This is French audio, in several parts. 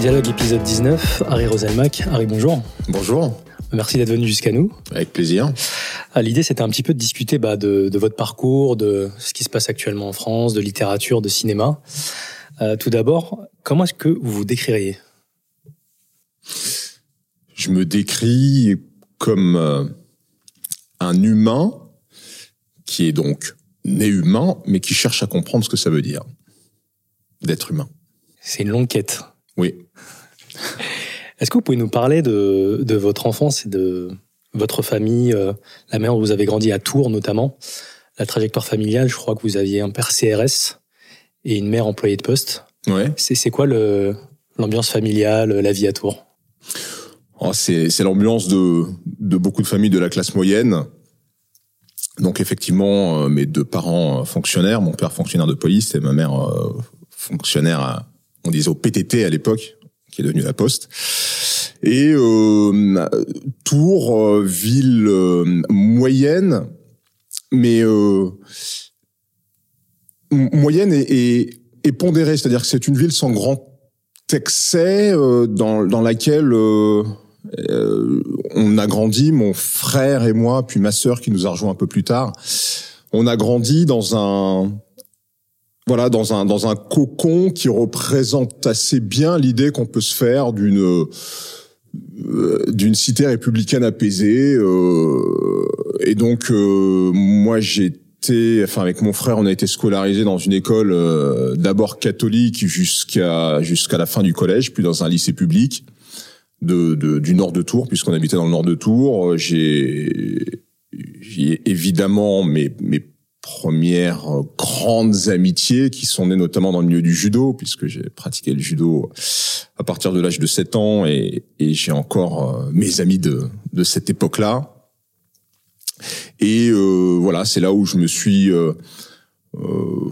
Dialogue épisode 19, Harry Roselmack. Harry, bonjour. Bonjour. Merci d'être venu jusqu'à nous. Avec plaisir. L'idée, c'était un petit peu de discuter de votre parcours, de ce qui se passe actuellement en France, de littérature, de cinéma. Tout d'abord, comment est-ce que vous vous décririez ? Je me décris comme un humain qui est donc né humain, mais qui cherche à comprendre ce que ça veut dire d'être humain. C'est une longue quête. Oui. Est-ce que vous pouvez nous parler de votre enfance et de votre famille, la manière dont vous avez grandi à Tours notamment, la trajectoire familiale? Je crois que vous aviez un père CRS et une mère employée de poste. Ouais. C'est quoi l'ambiance familiale, la vie à Tours? C'est l'ambiance de beaucoup de familles de la classe moyenne. Donc effectivement, mes deux parents fonctionnaires, mon père fonctionnaire de police et ma mère fonctionnaire, on disait au PTT à l'époque, qui est devenu la Poste. Et Tours, ville moyenne, mais moyenne et pondérée, c'est-à-dire que c'est une ville sans grand excès dans laquelle on a grandi, mon frère et moi, puis ma sœur qui nous a rejoint un peu plus tard. On a grandi dans un cocon qui représente assez bien l'idée qu'on peut se faire d'une cité républicaine apaisée. Et donc moi avec mon frère, on a été scolarisé dans une école d'abord catholique jusqu'à la fin du collège, puis dans un lycée public du nord de Tours, puisqu'on habitait dans le nord de Tours. J'ai évidemment mes premières grandes amitiés qui sont nées notamment dans le milieu du judo, puisque j'ai pratiqué le judo à partir de l'âge de 7 ans et j'ai encore mes amis de cette époque-là. Et c'est là où je me suis où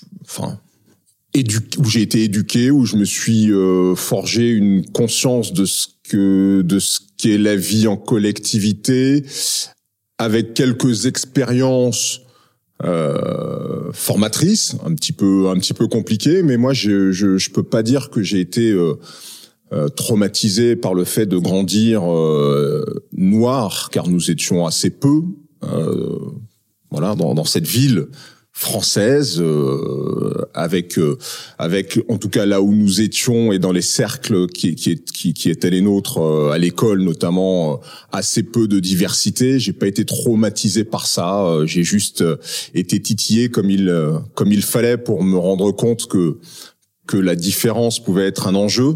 j'ai été éduqué, où je me suis forgé une conscience de ce qu'est la vie en collectivité, avec quelques expériences formatrices, un petit peu compliquées, mais moi je peux pas dire que j'ai été traumatisé par le fait de grandir noir, car nous étions assez peu dans cette ville française, avec en tout cas là où nous étions et dans les cercles qui étaient les nôtres à l'école notamment, assez peu de diversité. J'ai pas été traumatisé par ça, j'ai juste été titillé comme il fallait pour me rendre compte que la différence pouvait être un enjeu,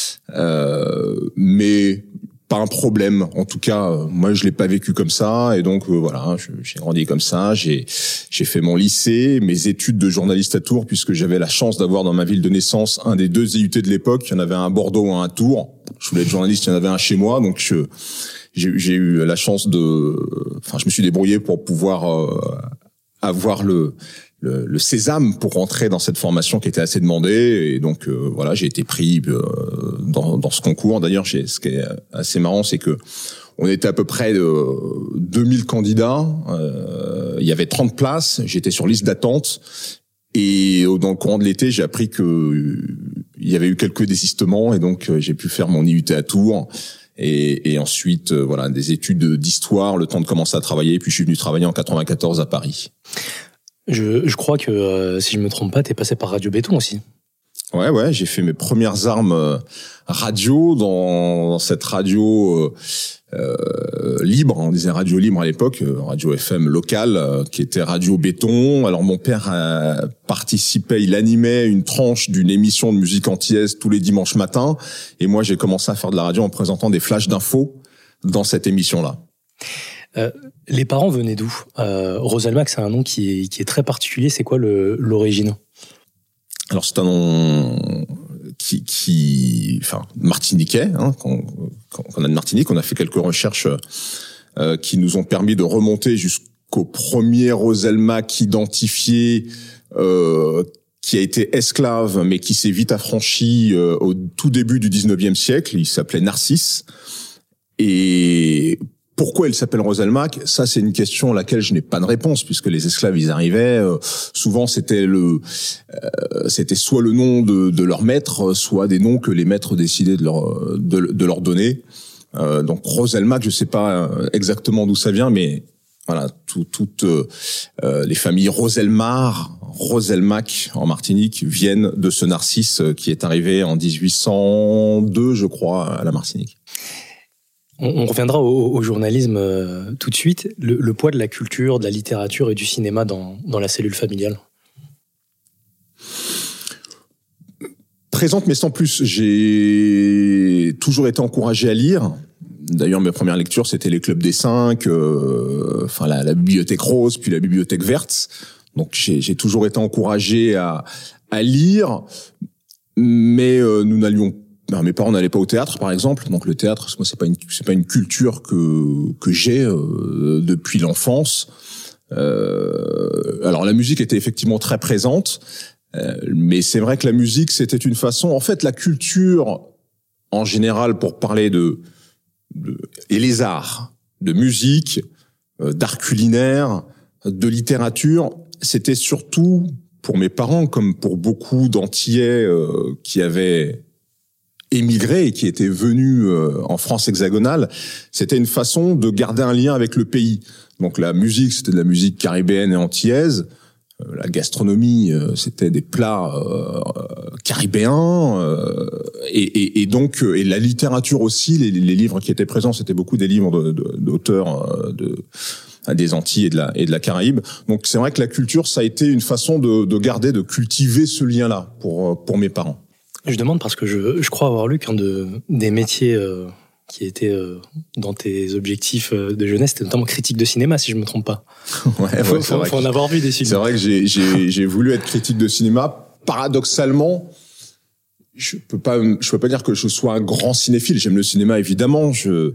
mais pas un problème. En tout cas, moi je l'ai pas vécu comme ça, et donc j'ai grandi comme ça. J'ai fait mon lycée, mes études de journaliste à Tours, puisque j'avais la chance d'avoir dans ma ville de naissance un des deux IUT de l'époque. Il y en avait un à Bordeaux, un à Tours. Je voulais être journaliste, il y en avait un chez moi, donc j'ai eu la chance je me suis débrouillé pour pouvoir avoir le sésame pour rentrer dans cette formation qui était assez demandée, et donc j'ai été pris dans ce concours. D'ailleurs, ce qui est assez marrant, c'est que on était à peu près 2000 candidats, il y avait 30 places, j'étais sur liste d'attente, et dans le courant de l'été, j'ai appris que il y avait eu quelques désistements, et donc j'ai pu faire mon IUT à Tours. Et ensuite, des études d'histoire, le temps de commencer à travailler, puis je suis venu travailler en 94 à Paris. Je crois que, si je me trompe pas, t'es passé par Radio Béton aussi. Ouais, j'ai fait mes premières armes radio dans cette radio libre, on disait radio libre à l'époque, radio FM locale, qui était Radio Béton. Alors mon père participait, il animait une tranche d'une émission de musique antillaise tous les dimanches matins, et moi j'ai commencé à faire de la radio en présentant des flashs d'infos dans cette émission-là. Les parents venaient d'où? Roselmack, c'est un nom qui est très particulier. C'est quoi l'origine? Alors c'est un nom martiniquais, qu'on a de Martinique. On a fait quelques recherches qui nous ont permis de remonter jusqu'au premier Roselmack identifié, qui a été esclave, mais qui s'est vite affranchi au tout début du 19e siècle. Il s'appelait Narcisse. Et Pourquoi il s'appelle Roselmack? Ça, c'est une question à laquelle je n'ai pas de réponse, puisque les esclaves, ils arrivaient. Souvent, c'était soit le nom de leur maître, soit des noms que les maîtres décidaient de leur donner. Donc Roselmack, je sais pas exactement d'où ça vient, mais voilà, toutes les familles Roselmack en Martinique viennent de ce Narcisse qui est arrivé en 1802, je crois, à la Martinique. On reviendra au journalisme tout de suite. Le poids de la culture, de la littérature et du cinéma dans la cellule familiale. Présente mais sans plus. J'ai toujours été encouragé à lire. D'ailleurs, mes premières lectures, c'était les clubs des 5, la bibliothèque rose, puis la bibliothèque verte. Donc, j'ai toujours été encouragé à lire, mais nous n'allions. Mes parents n'allaient pas au théâtre, par exemple. Donc, le théâtre, moi, c'est pas une culture que j'ai depuis l'enfance. Alors, la musique était effectivement très présente, mais c'est vrai que la musique, c'était une façon. En fait, la culture, en général, pour parler et les arts, de musique, d'art culinaire, de littérature, c'était surtout pour mes parents, comme pour beaucoup d'Antillais qui avaient émigré et qui étaient venus en France hexagonale, c'était une façon de garder un lien avec le pays. Donc la musique, c'était de la musique caribéenne et antillaise. La gastronomie, c'était des plats caribéens, et donc la littérature aussi. Les livres qui étaient présents, c'était beaucoup des livres d'auteurs des Antilles et de la Caraïbe. Donc c'est vrai que la culture, ça a été une façon de garder, de cultiver ce lien-là pour mes parents. Je demande parce que je crois avoir lu qu'un des métiers qui était dans tes objectifs de jeunesse, c'était notamment critique de cinéma, si je me trompe pas. Faut en avoir vu des films. C'est vrai que j'ai voulu être critique de cinéma. Paradoxalement, je peux pas dire que je sois un grand cinéphile. J'aime le cinéma, évidemment. Je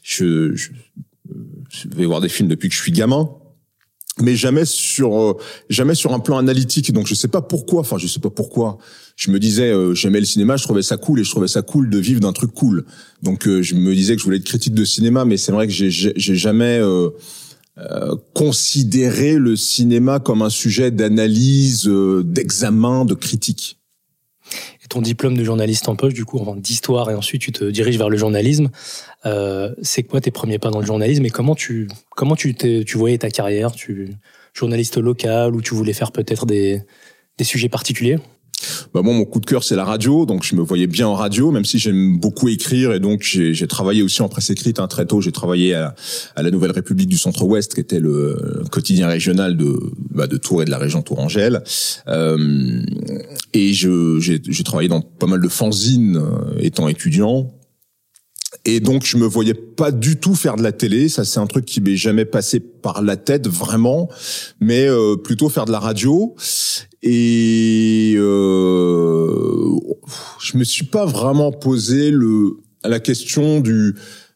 vais voir des films depuis que je suis gamin, mais jamais sur un plan analytique. Donc je sais pas pourquoi. Je me disais, j'aimais le cinéma, je trouvais ça cool, et je trouvais ça cool de vivre d'un truc cool. Donc je me disais que je voulais être critique de cinéma, mais c'est vrai que j'ai jamais considéré le cinéma comme un sujet d'analyse, d'examen, de critique. Et ton diplôme de journaliste en poche, du coup, d'histoire, et ensuite tu te diriges vers le journalisme. C'est quoi tes premiers pas dans le journalisme, et comment tu voyais ta carrière, journaliste local, ou tu voulais faire peut-être des sujets particuliers? Mon coup de cœur, c'est la radio, donc je me voyais bien en radio, même si j'aime beaucoup écrire, et donc j'ai travaillé aussi en presse écrite très tôt. J'ai travaillé à la Nouvelle République du Centre-Ouest, qui était le quotidien régional de Tours et de la région Tourangelle, et j'ai travaillé dans pas mal de fanzines étant étudiant. Et donc, je me voyais pas du tout faire de la télé. Ça, c'est un truc qui m'est jamais passé par la tête, vraiment. Mais plutôt faire de la radio. Et je me suis pas vraiment posé la question du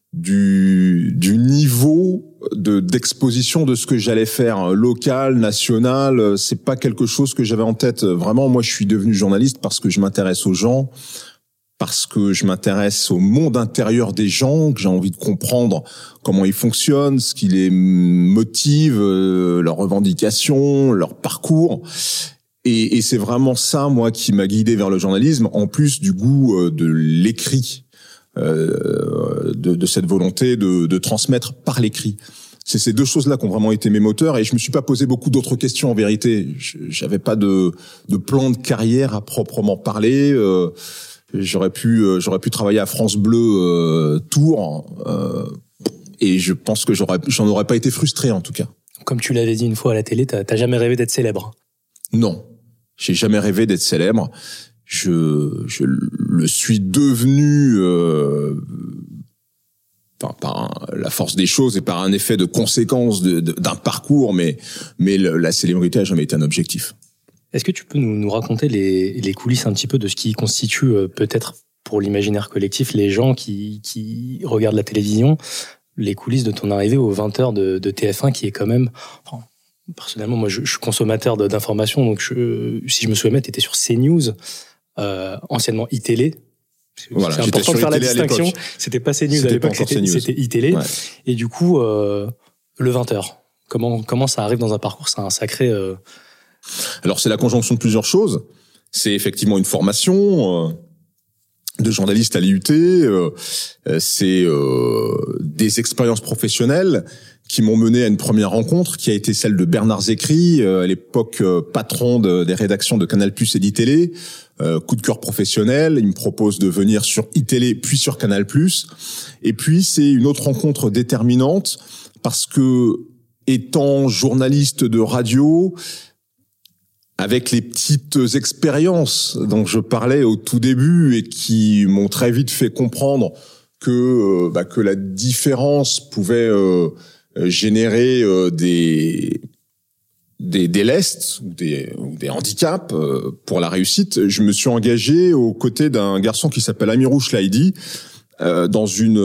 niveau d'exposition de ce que j'allais faire, local, national. C'est pas quelque chose que j'avais en tête. Vraiment, moi, je suis devenu journaliste parce que je m'intéresse aux gens, parce que je m'intéresse au monde intérieur des gens, que j'ai envie de comprendre comment ils fonctionnent, ce qui les motive, leurs revendications, leur parcours. Et c'est vraiment ça, moi, qui m'a guidé vers le journalisme, en plus du goût de l'écrit, de cette volonté de transmettre par l'écrit. C'est ces deux choses-là qui ont vraiment été mes moteurs, et je me suis pas posé beaucoup d'autres questions, en vérité. J'avais pas de plan de carrière à proprement parler. J'aurais pu travailler à France Bleu Tours, et je pense que j'en aurais pas été frustré, en tout cas. Comme tu l'avais dit une fois à la télé, t'as jamais rêvé d'être célèbre? Non, j'ai jamais rêvé d'être célèbre. Je le suis devenu par la force des choses et par un effet de conséquence d'un parcours, mais la célébrité a jamais été un objectif. Est-ce que tu peux nous raconter les coulisses un petit peu de ce qui constitue peut-être pour l'imaginaire collectif les gens qui regardent la télévision, les coulisses de ton arrivée aux 20h de TF1, qui est quand même... personnellement, moi je suis consommateur d'informations, donc si je me souviens, tu étais sur CNews, anciennement iTélé, Voilà, c'est j'étais important de sur faire la iTélé à distinction. l'époque. C'était pas CNews à C'était l'époque, pas encore CNews. c'était iTélé. Ouais. Et du coup, le 20h, comment ça arrive dans un parcours? C'est un sacré... Alors, c'est la conjonction de plusieurs choses. C'est effectivement une formation de journaliste à l'IUT. C'est des expériences professionnelles qui m'ont mené à une première rencontre qui a été celle de Bernard Zecri, à l'époque patron des rédactions de Canal+ et d'ITélé. Coup de cœur professionnel, il me propose de venir sur iTélé puis sur Canal+. Et puis c'est une autre rencontre déterminante parce que étant journaliste de radio, avec les petites expériences dont je parlais au tout début et qui m'ont très vite fait comprendre que la différence pouvait générer des lestes ou des handicaps pour la réussite, je me suis engagé aux côtés d'un garçon qui s'appelle Amirou Chlaïdi dans une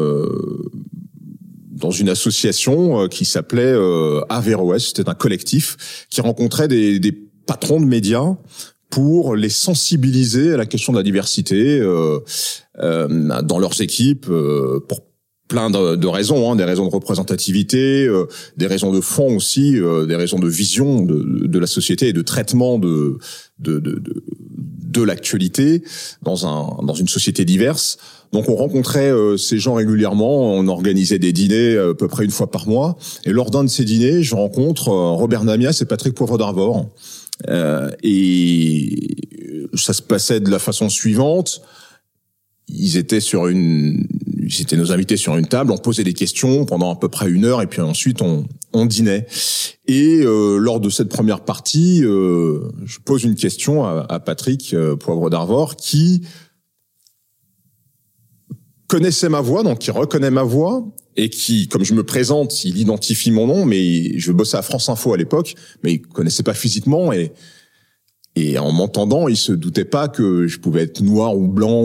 association qui s'appelait Averroès. C'était un collectif qui rencontrait des patrons de médias pour les sensibiliser à la question de la diversité dans leurs équipes pour plein de raisons, des raisons de représentativité, des raisons de fond aussi, des raisons de vision de la société et de traitement de l'actualité dans une société diverse. Donc on rencontrait ces gens régulièrement, on organisait des dîners à peu près une fois par mois. Et lors d'un de ces dîners, je rencontre Robert Namias et Patrick Poivre d'Arvor. Et ça se passait de la façon suivante. Ils étaient nos invités sur une table, on posait des questions pendant à peu près 1 heure et puis ensuite on dînait. Et lors de cette première partie, je pose une question à Patrick Poivre d'Arvor qui connaissait ma voix, donc qui reconnaît ma voix et qui, comme je me présente, il identifie mon nom, mais je bossais à France Info à l'époque, mais il connaissait pas physiquement et en m'entendant, il se doutait pas que je pouvais être noir ou blanc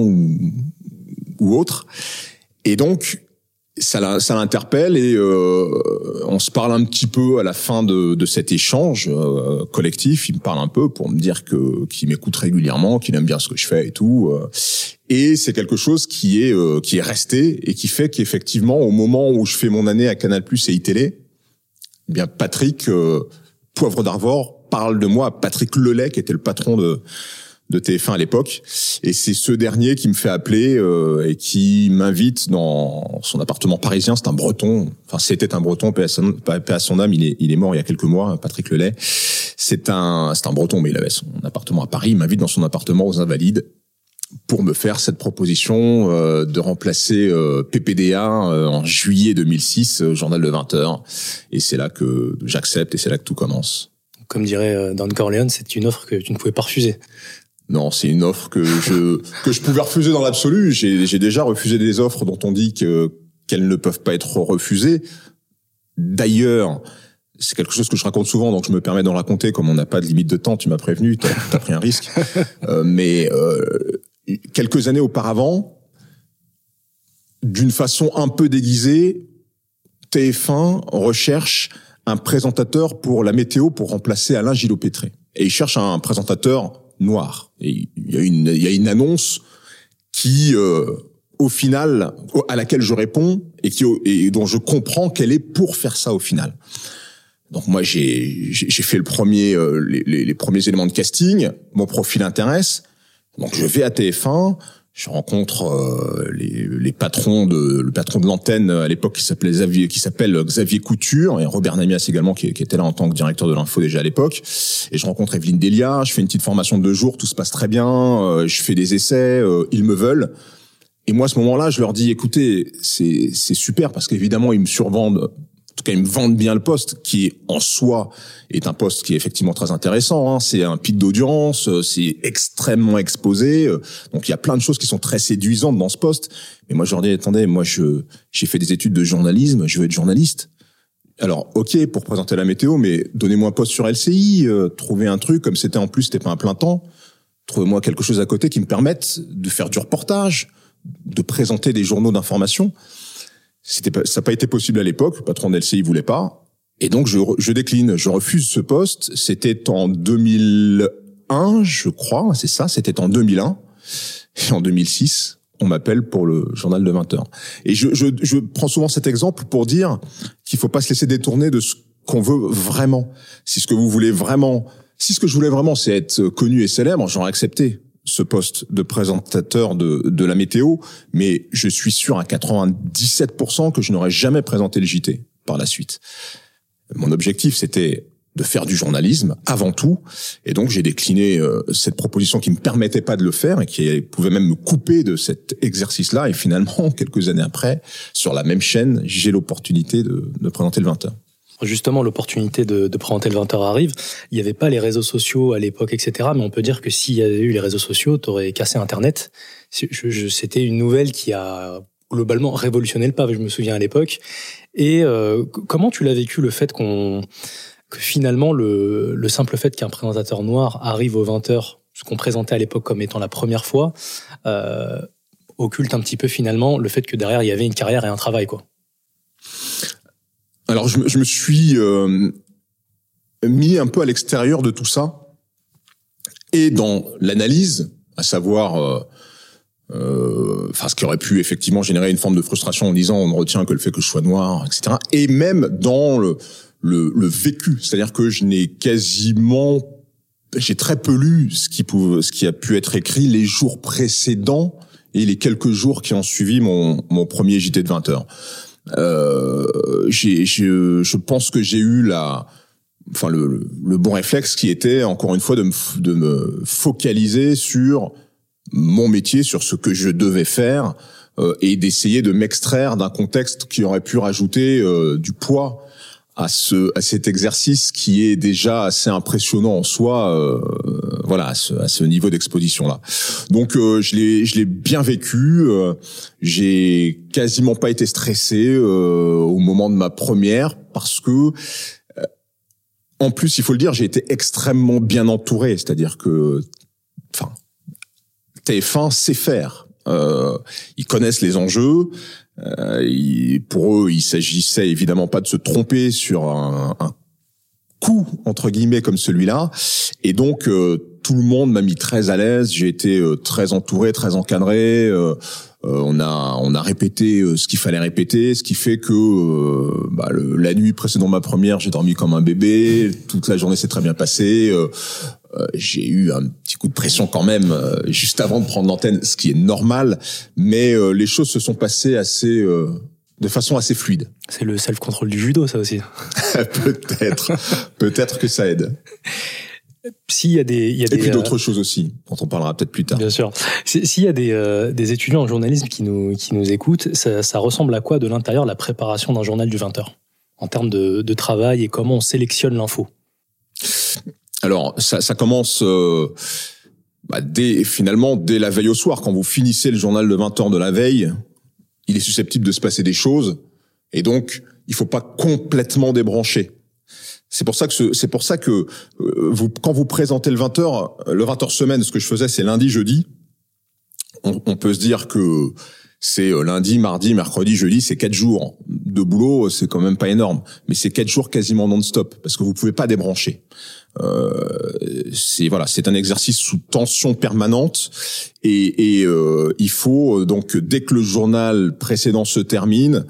ou autre. Et donc, ça l'interpelle et on se parle un petit peu à la fin de cet échange collectif. Il me parle un peu pour me dire qu'il m'écoute régulièrement, qu'il aime bien ce que je fais et tout. Et c'est quelque chose qui est resté et qui fait qu'effectivement, au moment où je fais mon année à Canal+ et iTélé, eh bien Patrick Poivre d'Arvor parle de moi à Patrick Lelay, qui était le patron de TF1 à l'époque, et c'est ce dernier qui me fait appeler et qui m'invite dans son appartement parisien. C'est un Breton, c'était un Breton, paix à son âme, il est mort il y a quelques mois, Patrick Lelay. C'est un Breton, mais il avait son appartement à Paris. Il m'invite dans son appartement aux Invalides pour me faire cette proposition de remplacer PPDA en juillet 2006, journal de 20h. Et c'est là que j'accepte et c'est là que tout commence. Comme dirait Don Corleone, c'est une offre que tu ne pouvais pas refuser. Non, c'est une offre que je pouvais refuser dans l'absolu. J'ai déjà refusé des offres dont on dit qu'elles ne peuvent pas être refusées. D'ailleurs, c'est quelque chose que je raconte souvent, donc je me permets d'en raconter. Comme on n'a pas de limite de temps, tu m'as prévenu, t'as pris un risque. Mais quelques années auparavant, d'une façon un peu déguisée, TF1 recherche un présentateur pour la météo pour remplacer Alain Gillot-Pétré. Et il cherche un présentateur noir. Et il y a une annonce qui, au final, à laquelle je réponds et dont je comprends qu'elle est pour faire ça au final. Donc moi, j'ai fait les premiers éléments de casting. Mon profil intéresse. Donc je vais à TF1. Je rencontre le patron de l'antenne à l'époque qui s'appelle Xavier Couture et Robert Namias également qui était là en tant que directeur de l'info déjà à l'époque. Et je rencontre Evelyne Delia, je fais une petite formation de 2 jours, tout se passe très bien, je fais des essais, ils me veulent. Et moi à ce moment-là, je leur dis écoutez, c'est super parce qu'évidemment ils me survendent. En tout cas, ils me vendent bien le poste, qui en soi est un poste qui est effectivement très intéressant. C'est un pic d'audience, c'est extrêmement exposé. Donc, il y a plein de choses qui sont très séduisantes dans ce poste. Mais moi, je leur dis, attendez, moi, j'ai fait des études de journalisme, je veux être journaliste. Alors, ok, pour présenter la météo, mais donnez-moi un poste sur LCI, trouvez un truc, comme c'était pas un plein temps. Trouvez-moi quelque chose à côté qui me permette de faire du reportage, de présenter des journaux d'information. Ça n'a pas été possible à l'époque. Le patron de LCI voulait pas. Et donc, je décline. Je refuse ce poste. C'était en 2001, je crois. C'est ça. C'était en 2001. Et en 2006, on m'appelle pour le journal de 20h. Et je prends souvent cet exemple pour dire qu'il faut pas se laisser détourner de ce qu'on veut vraiment. Si ce que je voulais vraiment, c'est être connu et célèbre, j'aurais accepté ce poste de présentateur de la météo, mais je suis sûr à 97% que je n'aurais jamais présenté le JT par la suite. Mon objectif, c'était de faire du journalisme avant tout, et donc j'ai décliné cette proposition qui me permettait pas de le faire et qui pouvait même me couper de cet exercice-là, et finalement, quelques années après, sur la même chaîne, j'ai l'opportunité de présenter le 20h. Justement, l'opportunité de présenter le 20h arrive. Il n'y avait pas les réseaux sociaux à l'époque, etc. Mais on peut dire que s'il y avait eu les réseaux sociaux, t'aurais cassé Internet. C'était une nouvelle qui a globalement révolutionné le pavé, je me souviens à l'époque. Et comment tu l'as vécu, le fait que finalement, le simple fait qu'un présentateur noir arrive aux 20h, ce qu'on présentait à l'époque comme étant la première fois, occulte un petit peu finalement le fait que derrière, il y avait une carrière et un travail, quoi. Alors, je me suis mis un peu à l'extérieur de tout ça, et dans l'analyse, à savoir, ce qui aurait pu effectivement générer une forme de frustration en disant on ne retient que le fait que je sois noir, etc. Et même dans le vécu, c'est-à-dire que j'ai très peu lu ce qui a pu être écrit les jours précédents et les quelques jours qui ont suivi mon premier JT de 20h. Je pense que j'ai eu le bon réflexe qui était encore une fois de me focaliser sur mon métier, sur ce que je devais faire, et d'essayer de m'extraire d'un contexte qui aurait pu rajouter du poids à cet exercice qui est déjà assez impressionnant en soi, à ce niveau d'exposition là. Donc je l'ai bien vécu, j'ai quasiment pas été stressé au moment de ma première, parce que en plus, il faut le dire, j'ai été extrêmement bien entouré, c'est-à-dire que TF1 sait faire. Ils connaissent les enjeux. Pour eux, il s'agissait évidemment pas de se tromper sur un coup entre guillemets comme celui-là, et donc tout le monde m'a mis très à l'aise. J'ai été très entouré, très encadré. On a répété ce qu'il fallait répéter, ce qui fait que la nuit précédant ma première, j'ai dormi comme un bébé. Toute la journée s'est très bien passée. J'ai eu un petit coup de pression quand même juste avant de prendre l'antenne, ce qui est normal, mais les choses se sont passées de façon assez fluide. C'est le self-control du judo, ça aussi. Peut-être que ça aide. Et puis d'autres choses aussi, dont on parlera peut-être plus tard. Bien sûr. S'il y a des étudiants en journalisme qui nous écoutent, ça ressemble à quoi de l'intérieur la préparation d'un journal du 20h en termes de travail et comment on sélectionne l'info? Alors, ça commence dès la veille au soir. Quand vous finissez le journal de 20h de la veille, il est susceptible de se passer des choses, et donc il faut pas complètement débrancher. C'est pour ça que quand vous présentez le 20h semaine, ce que je faisais, c'est lundi, jeudi. On peut se dire que c'est lundi, mardi, mercredi, jeudi, c'est 4 jours de boulot, c'est quand même pas énorme, mais c'est 4 jours quasiment non-stop parce que vous pouvez pas débrancher. C'est un exercice sous tension permanente, et il faut donc, dès que le journal précédent se termine,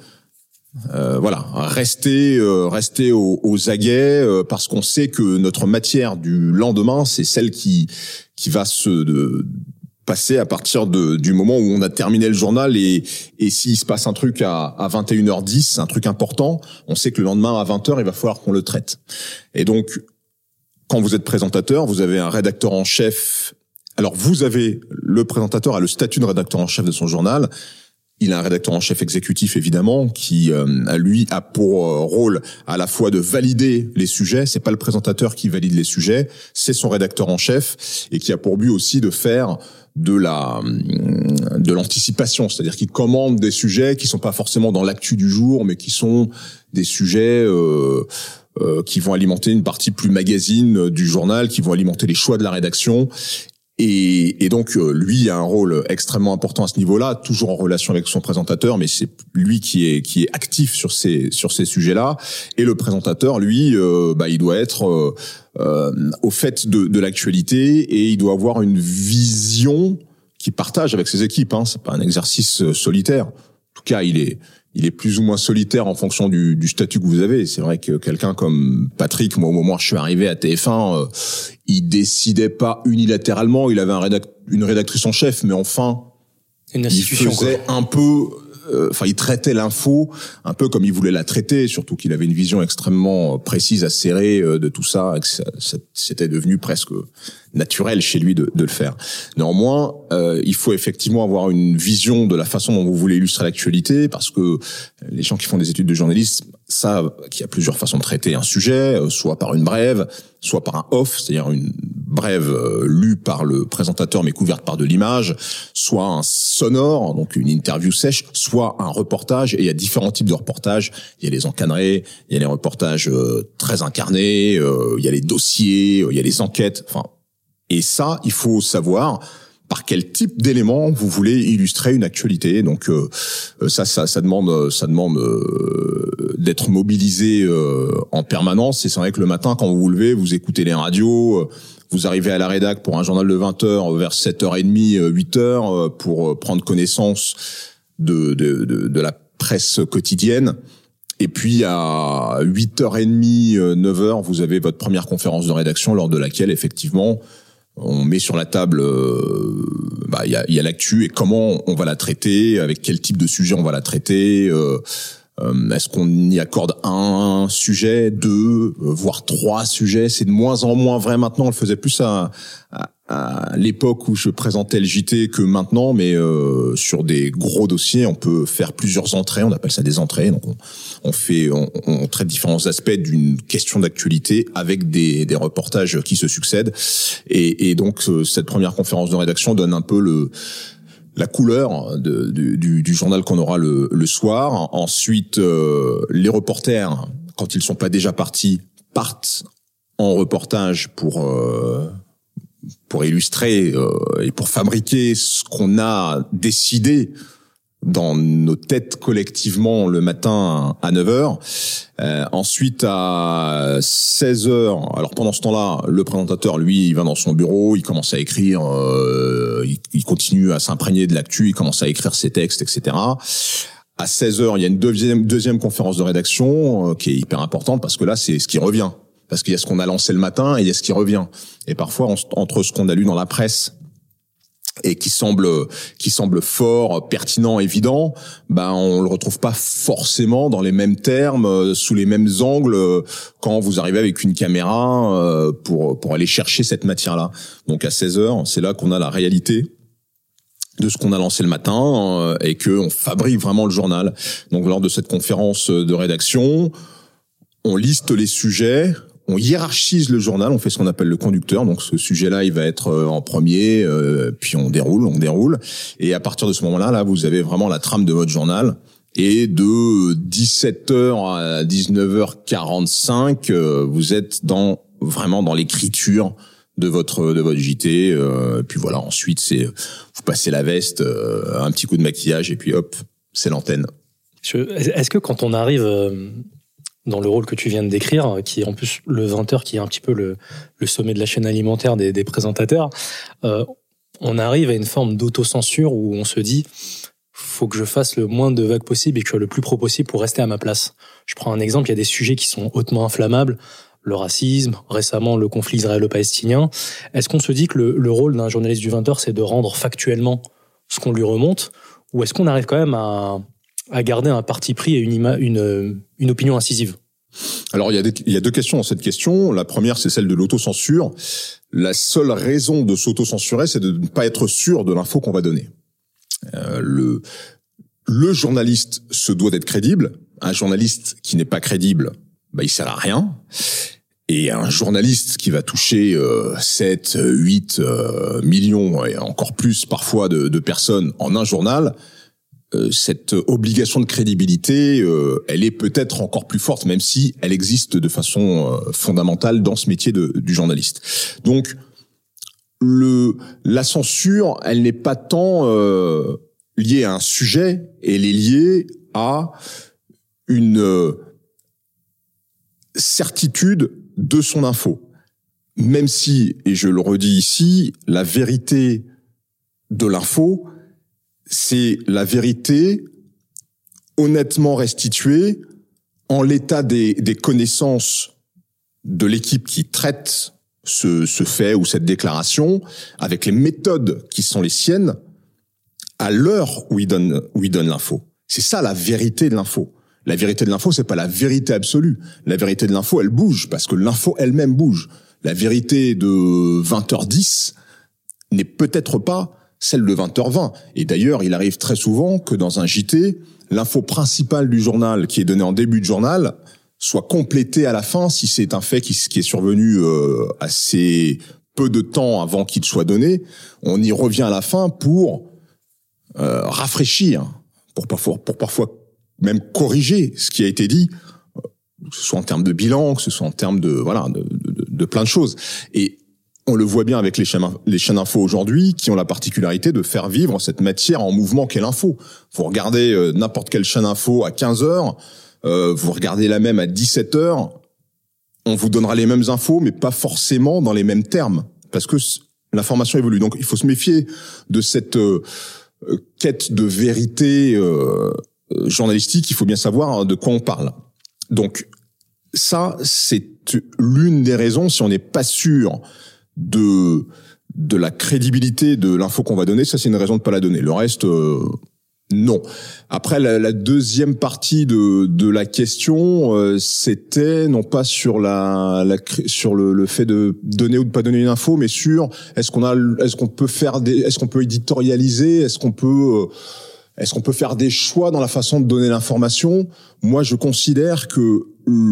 rester aux aguets, parce qu'on sait que notre matière du lendemain, c'est celle qui va se passer à partir du moment où on a terminé le journal, et s'il se passe un truc à 21h10, un truc important, on sait que le lendemain à 20h, il va falloir qu'on le traite. Et donc, quand vous êtes présentateur, vous avez un rédacteur en chef. Alors, le présentateur a le statut de rédacteur en chef de son journal. Il a un rédacteur en chef exécutif, évidemment, qui, lui, a pour rôle à la fois de valider les sujets. C'est pas le présentateur qui valide les sujets, c'est son rédacteur en chef, et qui a pour but aussi de faire de l'anticipation, c'est-à-dire qu'il commande des sujets qui sont pas forcément dans l'actu du jour, mais qui sont des sujets qui vont alimenter une partie plus magazine du journal, qui vont alimenter les choix de la rédaction. Et donc, lui a un rôle extrêmement important à ce niveau-là, toujours en relation avec son présentateur, mais c'est lui qui est actif sur ces sujets-là. Et le présentateur, lui, il doit être au fait de l'actualité, et il doit avoir une vision qu'il partage avec ses équipes. C'est pas un exercice solitaire. En tout cas, il est plus ou moins solitaire en fonction du statut que vous avez. C'est vrai que quelqu'un comme Patrick, moi, au moment où je suis arrivé à TF1, il décidait pas unilatéralement. Il avait une rédactrice en chef, mais enfin, une institution, il faisait un peu... il traitait l'info un peu comme il voulait la traiter, surtout qu'il avait une vision extrêmement précise, acérée de tout ça, et que c'était devenu presque naturel chez lui de le faire. Néanmoins, il faut effectivement avoir une vision de la façon dont vous voulez illustrer l'actualité, parce que les gens qui font des études de journalisme savent qu'il y a plusieurs façons de traiter un sujet, soit par une brève, soit par un off, c'est-à-dire une brève lue par le présentateur mais couverte par de l'image, soit un sonore, donc une interview sèche, soit un reportage. Et il y a différents types de reportages. Il y a les encadrés, il y a les reportages très incarnés, il y a les dossiers, il y a les enquêtes. Et ça, il faut savoir par quel type d'éléments vous voulez illustrer une actualité. Donc ça demande d'être mobilisé en permanence. Et c'est vrai que le matin, quand vous vous levez, vous écoutez les radios, vous arrivez à la rédac pour un journal de 20 heures vers 7h30, 8h pour prendre connaissance de la presse quotidienne. Et puis à 8h30, 9h, vous avez votre première conférence de rédaction lors de laquelle effectivement on met sur la table, il y a l'actu et comment on va la traiter, avec quel type de sujet on va la traiter. Est-ce qu'on y accorde un sujet, deux, voire trois sujets? C'est de moins en moins vrai maintenant. On le faisait plus à l'époque où je présentais le JT que maintenant, mais sur des gros dossiers, on peut faire plusieurs entrées. On appelle ça des entrées. Donc on traite différents aspects d'une question d'actualité avec des reportages qui se succèdent. Et donc cette première conférence de rédaction donne un peu la couleur du journal qu'on aura le soir. Ensuite, les reporters, quand ils sont pas déjà partis, partent en reportage pour illustrer et pour fabriquer ce qu'on a décidé dans nos têtes collectivement le matin à 9h. Ensuite à 16h, alors pendant ce temps-là, le présentateur, lui, il va dans son bureau, il commence à écrire, il continue à s'imprégner de l'actu, il commence à écrire ses textes, etc. À 16h, il y a une deuxième conférence de rédaction qui est hyper importante parce que là, c'est ce qui revient. Parce qu'il y a ce qu'on a lancé le matin et il y a ce qui revient. Et parfois, entre ce qu'on a lu dans la presse et qui semble fort, pertinent, évident, on le retrouve pas forcément dans les mêmes termes, sous les mêmes angles, quand vous arrivez avec une caméra pour aller chercher cette matière-là. Donc à 16h, c'est là qu'on a la réalité de ce qu'on a lancé le matin et que on fabrique vraiment le journal. Donc lors de cette conférence de rédaction, on liste les sujets. On hiérarchise le journal, on fait ce qu'on appelle le conducteur. Donc ce sujet-là, il va être en premier, puis on déroule. Et à partir de ce moment-là, là, vous avez vraiment la trame de votre journal. Et de 17h à 19h45, vous êtes vraiment dans l'écriture de votre JT. Puis voilà, ensuite vous passez la veste, un petit coup de maquillage et puis hop, c'est l'antenne. Est-ce que quand on arrive dans le rôle que tu viens de décrire, qui est en plus le 20h, qui est un petit peu le sommet de la chaîne alimentaire des présentateurs, on arrive à une forme d'autocensure où on se dit faut que je fasse le moins de vagues possible et que je sois le plus pro possible pour rester à ma place. Je prends un exemple, il y a des sujets qui sont hautement inflammables, le racisme, récemment le conflit israélo-palestinien. Est-ce qu'on se dit que le rôle d'un journaliste du 20h, c'est de rendre factuellement ce qu'on lui remonte, ou est-ce qu'on arrive quand même à garder un parti pris et une opinion incisive? Alors, il y a deux questions dans cette question. La première, c'est celle de l'autocensure. La seule raison de s'autocensurer, c'est de ne pas être sûr de l'info qu'on va donner. Le journaliste se doit d'être crédible. Un journaliste qui n'est pas crédible, il sert à rien. Et un journaliste qui va toucher 7, 8 millions et encore plus parfois de personnes en un journal, cette obligation de crédibilité, elle est peut-être encore plus forte, même si elle existe de façon fondamentale dans ce métier du journaliste. Donc, la censure, elle n'est pas tant liée à un sujet, elle est liée à une certitude de son info. Même si, et je le redis ici, la vérité de l'info, c'est la vérité honnêtement restituée en l'état des connaissances de l'équipe qui traite ce fait ou cette déclaration, avec les méthodes qui sont les siennes, à l'heure où il donne l'info. C'est ça la vérité de l'info. La vérité de l'info, c'est pas la vérité absolue. La vérité de l'info, elle bouge parce que l'info elle-même bouge. La vérité de 20h10 n'est peut-être pas celle de 20h20. Et d'ailleurs, il arrive très souvent que dans un JT, l'info principale du journal qui est donnée en début de journal soit complétée à la fin si c'est un fait qui est survenu assez peu de temps avant qu'il soit donné. On y revient à la fin pour rafraîchir, pour parfois même corriger ce qui a été dit, que ce soit en termes de bilan, que ce soit en termes de plein de choses. Et on le voit bien avec les chaînes info aujourd'hui, qui ont la particularité de faire vivre cette matière en mouvement qu'est l'info. Vous regardez n'importe quelle chaîne info à 15h, vous regardez la même à 17h, on vous donnera les mêmes infos, mais pas forcément dans les mêmes termes, parce que l'information évolue. Donc il faut se méfier de cette quête de vérité journalistique. Il faut bien savoir de quoi on parle. Donc ça, c'est l'une des raisons, si on n'est pas sûr de la crédibilité de l'info qu'on va donner, ça c'est une raison de pas la donner. Le reste, non. Après, la deuxième partie de la question, c'était non pas sur sur le fait de donner ou de pas donner une info, mais sur est-ce qu'on peut éditorialiser, est-ce qu'on peut faire des choix dans la façon de donner l'information. Moi, je considère que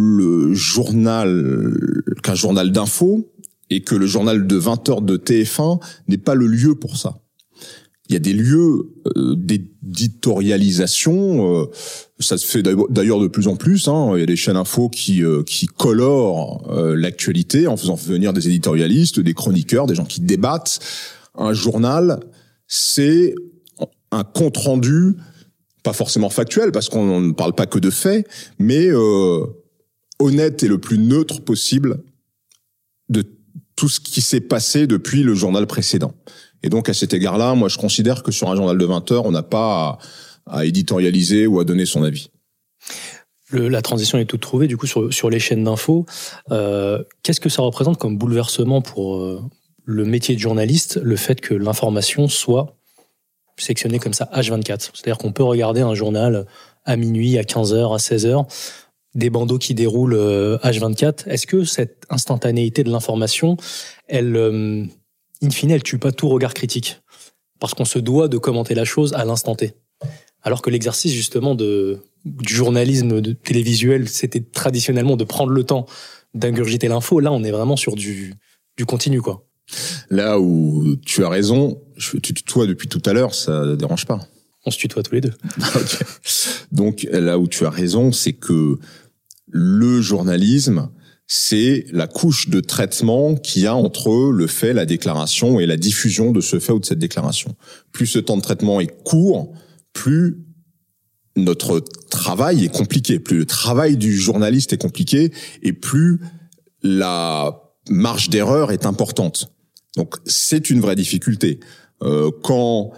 qu'un journal d'info et que le journal de 20h de TF1 n'est pas le lieu pour ça. Il y a des lieux d'éditorialisation, ça se fait d'ailleurs de plus en plus. Il y a des chaînes info qui colorent l'actualité en faisant venir des éditorialistes, des chroniqueurs, des gens qui débattent. Un journal, c'est un compte-rendu, pas forcément factuel, parce qu'on ne parle pas que de faits, mais honnête et le plus neutre possible de tout ce qui s'est passé depuis le journal précédent. Et donc, à cet égard-là, moi, je considère que sur un journal de 20h, on n'a pas à éditorialiser ou à donner son avis. La transition est toute trouvée, du coup, sur les chaînes d'infos. Qu'est-ce que ça représente comme bouleversement pour le métier de journaliste, le fait que l'information soit sectionnée comme ça, H24 ? C'est-à-dire qu'on peut regarder un journal à minuit, à 15h, à 16h, des bandeaux qui déroulent H24. Est-ce que cette instantanéité de l'information, elle, in fine, elle tue pas tout regard critique ? Parce qu'on se doit de commenter la chose à l'instant T. Alors que l'exercice, justement, du journalisme télévisuel, c'était traditionnellement de prendre le temps d'ingurgiter l'info. Là, on est vraiment sur du continu, quoi. Là où tu as raison, tu tutoies depuis tout à l'heure, ça ne dérange pas. On se tutoie tous les deux. Okay. Donc, là où tu as raison, c'est que le journalisme, c'est la couche de traitement qu'il y a entre le fait, la déclaration et la diffusion de ce fait ou de cette déclaration. Plus ce temps de traitement est court, plus notre travail est compliqué, plus le travail du journaliste est compliqué et plus la marge d'erreur est importante. Donc, c'est une vraie difficulté. Quand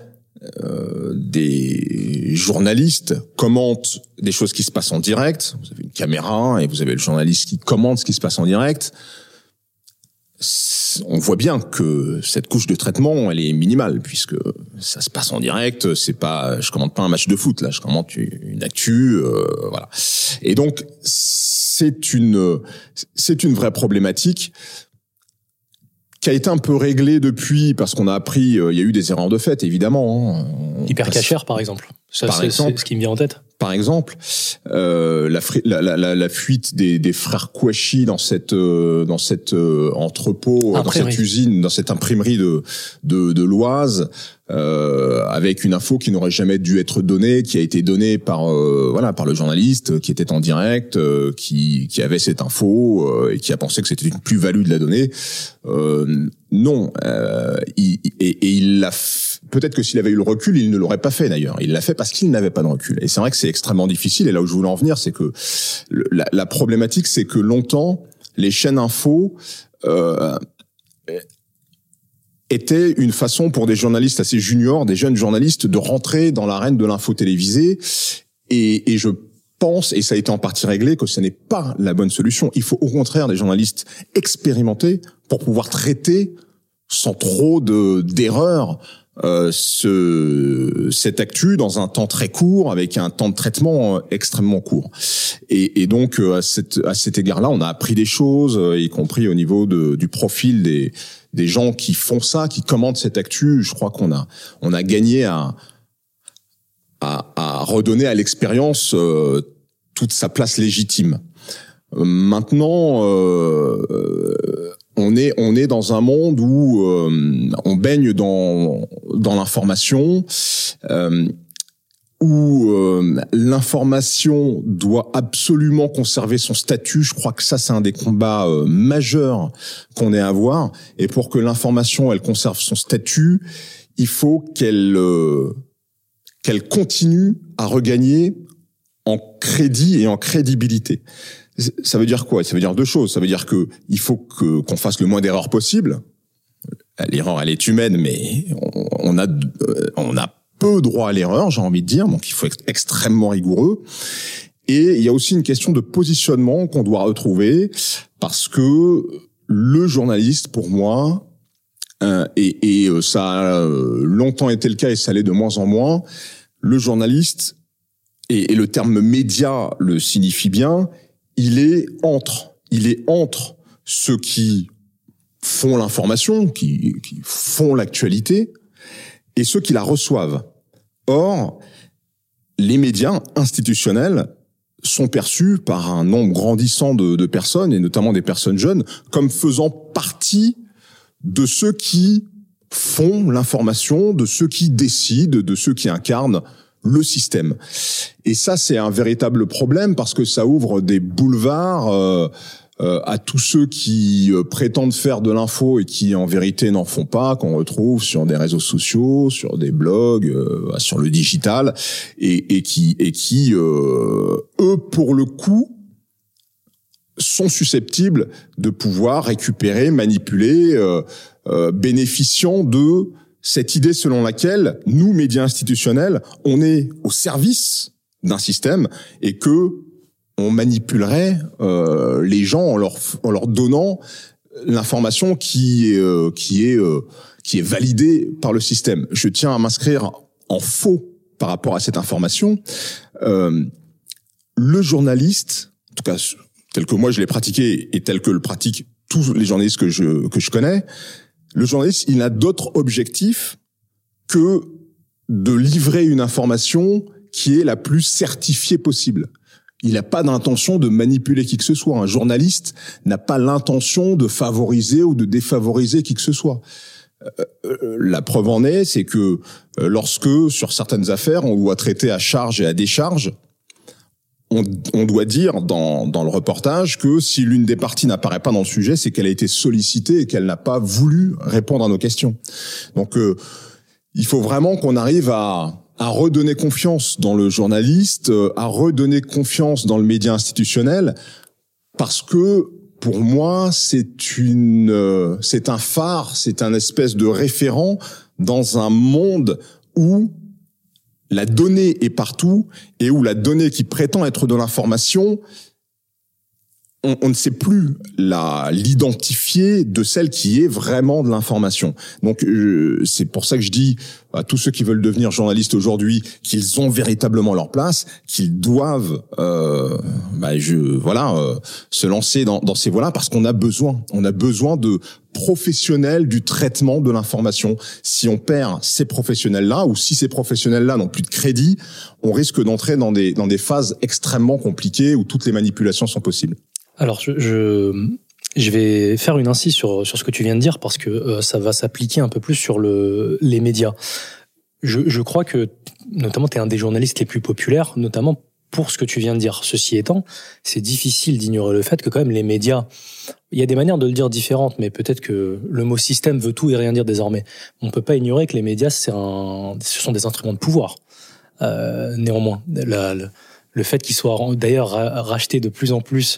des journalistes commentent des choses qui se passent en direct, vous avez une caméra et vous avez le journaliste qui commente ce qui se passe en direct, on voit bien que cette couche de traitement, elle est minimale, puisque ça se passe en direct, je commente pas un match de foot, là, je commente une actu, voilà. Et donc, c'est une vraie problématique qui a été un peu réglé depuis, parce qu'on a appris, il y a eu des erreurs de fait, évidemment. Hypercacher, par exemple. C'est ce qui me vient en tête. Par exemple, la fuite des frères Kouachi dans cet entrepôt, dans cette usine, dans cette imprimerie de l'Oise, avec une info qui n'aurait jamais dû être donnée, qui a été donnée par le journaliste qui était en direct, qui avait cette info et qui a pensé que c'était une plus-value de la donner. Non, il l'a peut-être que s'il avait eu le recul, il ne l'aurait pas fait d'ailleurs. Il l'a fait parce qu'il n'avait pas de recul. Et c'est vrai que c'est extrêmement difficile. Et là où je voulais en venir, c'est que la problématique, c'est que longtemps, les chaînes info était une façon pour des journalistes assez juniors, des jeunes journalistes, de rentrer dans l'arène de l'info télévisée. Et je pense, et ça a été en partie réglé, que ce n'est pas la bonne solution. Il faut au contraire des journalistes expérimentés pour pouvoir traiter sans trop d'erreurs cette actu dans un temps très court, avec un temps de traitement extrêmement court. Et donc à cet égard-là, on a appris des choses, y compris au niveau du profil des gens qui font ça, qui commentent cette actu. Je crois qu'on a gagné à redonner à l'expérience toute sa place légitime. Maintenant, on est dans un monde où on baigne dans l'information, où l'information doit absolument conserver son statut. Je crois que ça, c'est un des combats majeurs qu'on ait à avoir. Et pour que l'information, elle conserve son statut, il faut qu'elle continue à regagner en crédit et en crédibilité. Ça veut dire quoi? Ça veut dire deux choses. Ça veut dire que il faut qu'on fasse le moins d'erreurs possible. L'erreur, elle est humaine, mais on a peu droit à l'erreur, j'ai envie de dire. Donc, il faut être extrêmement rigoureux. Et il y a aussi une question de positionnement qu'on doit retrouver, parce que le journaliste, pour moi, et ça a longtemps été le cas et ça l'est de moins en moins, le journaliste, et le terme média le signifie bien, il est entre ceux qui font l'information, qui font l'actualité, et ceux qui la reçoivent. Or, les médias institutionnels sont perçus par un nombre grandissant de personnes, et notamment des personnes jeunes, comme faisant partie de ceux qui font l'information, de ceux qui décident, de ceux qui incarnent le système. Et ça, c'est un véritable problème, parce que ça ouvre des boulevards à tous ceux qui prétendent faire de l'info et qui en vérité n'en font pas, qu'on retrouve sur des réseaux sociaux, sur des blogs, sur le digital, et qui eux, pour le coup, sont susceptibles de pouvoir récupérer, manipuler, bénéficiant de cette idée selon laquelle nous, médias institutionnels, on est au service d'un système et que on manipulerait les gens en leur donnant l'information qui est validée par le système. Je tiens à m'inscrire en faux par rapport à cette information. Le journaliste, en tout cas tel que moi je l'ai pratiqué et tel que le pratiquent tous les journalistes que je connais, le journaliste, il n'a d'autre objectif que de livrer une information qui est la plus certifiée possible. Il n'a pas d'intention de manipuler qui que ce soit. Un journaliste n'a pas l'intention de favoriser ou de défavoriser qui que ce soit. La preuve en est, c'est que lorsque, sur certaines affaires, on doit traiter à charge et à décharge, on doit dire dans le reportage que si l'une des parties n'apparaît pas dans le sujet, c'est qu'elle a été sollicitée et qu'elle n'a pas voulu répondre à nos questions. Donc, il faut vraiment qu'on arrive à redonner confiance dans le journaliste, à redonner confiance dans le média institutionnel, parce que pour moi, c'est un phare, c'est un espèce de référent dans un monde où la donnée est partout et où la donnée qui prétend être de l'information, on ne sait plus l'identifier de celle qui est vraiment de l'information. Donc c'est pour ça que je dis à tous ceux qui veulent devenir journalistes aujourd'hui qu'ils ont véritablement leur place, qu'ils doivent se lancer dans ces voies-là, parce qu'on a besoin de professionnels du traitement de l'information. Si on perd ces professionnels-là, ou si ces professionnels-là n'ont plus de crédit, on risque d'entrer dans des phases extrêmement compliquées où toutes les manipulations sont possibles. Alors, je vais faire une incise sur ce que tu viens de dire, parce que ça va s'appliquer un peu plus sur les médias. Je crois que, notamment, tu es un des journalistes les plus populaires, notamment pour ce que tu viens de dire. Ceci étant, c'est difficile d'ignorer le fait que quand même les médias, il y a des manières de le dire différentes, mais peut-être que le mot système veut tout et rien dire désormais. On peut pas ignorer que les médias, ce sont des instruments de pouvoir. Néanmoins, le fait qu'ils soient d'ailleurs rachetés de plus en plus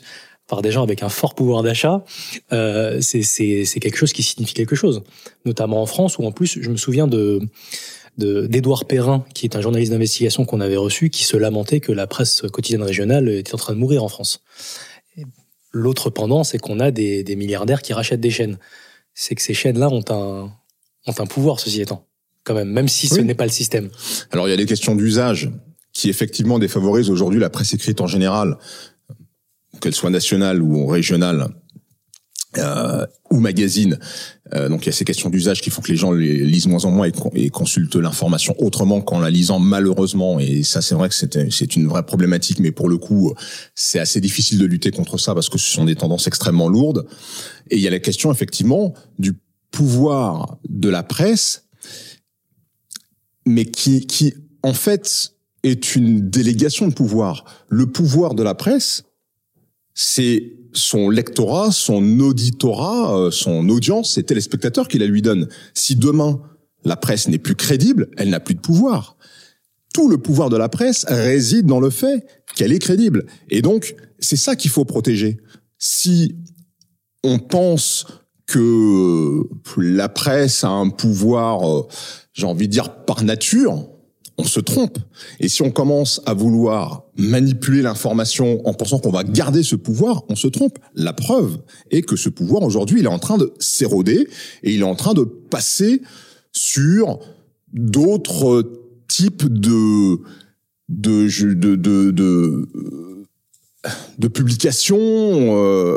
par des gens avec un fort pouvoir d'achat, c'est quelque chose qui signifie quelque chose. Notamment en France, où en plus, je me souviens d'Édouard Perrin, qui est un journaliste d'investigation qu'on avait reçu, qui se lamentait que la presse quotidienne régionale était en train de mourir en France. Et l'autre pendant, c'est qu'on a des milliardaires qui rachètent des chaînes. C'est que ces chaînes-là ont un pouvoir, ceci étant, quand même si ce n'est pas le système. Alors, il y a des questions d'usage qui, effectivement, défavorisent aujourd'hui la presse écrite en général, qu'elle soit nationale ou régionale, ou magazine. Donc, il y a ces questions d'usage qui font que les gens les lisent moins en moins et consultent l'information autrement qu'en la lisant, malheureusement. Et ça, c'est vrai que c'est une vraie problématique, mais pour le coup, c'est assez difficile de lutter contre ça parce que ce sont des tendances extrêmement lourdes. Et il y a la question, effectivement, du pouvoir de la presse, mais qui en fait est une délégation de pouvoir. Le pouvoir de la presse, c'est son lectorat, son auditorat, son audience, ses téléspectateurs qui la lui donnent. Si demain la presse n'est plus crédible, elle n'a plus de pouvoir. Tout le pouvoir de la presse réside dans le fait qu'elle est crédible. Et donc, c'est ça qu'il faut protéger. Si on pense que la presse a un pouvoir, j'ai envie de dire, par nature, on se trompe. Et si on commence à vouloir manipuler l'information en pensant qu'on va garder ce pouvoir, on se trompe. La preuve est que ce pouvoir, aujourd'hui, il est en train de s'éroder et il est en train de passer sur d'autres types de publications,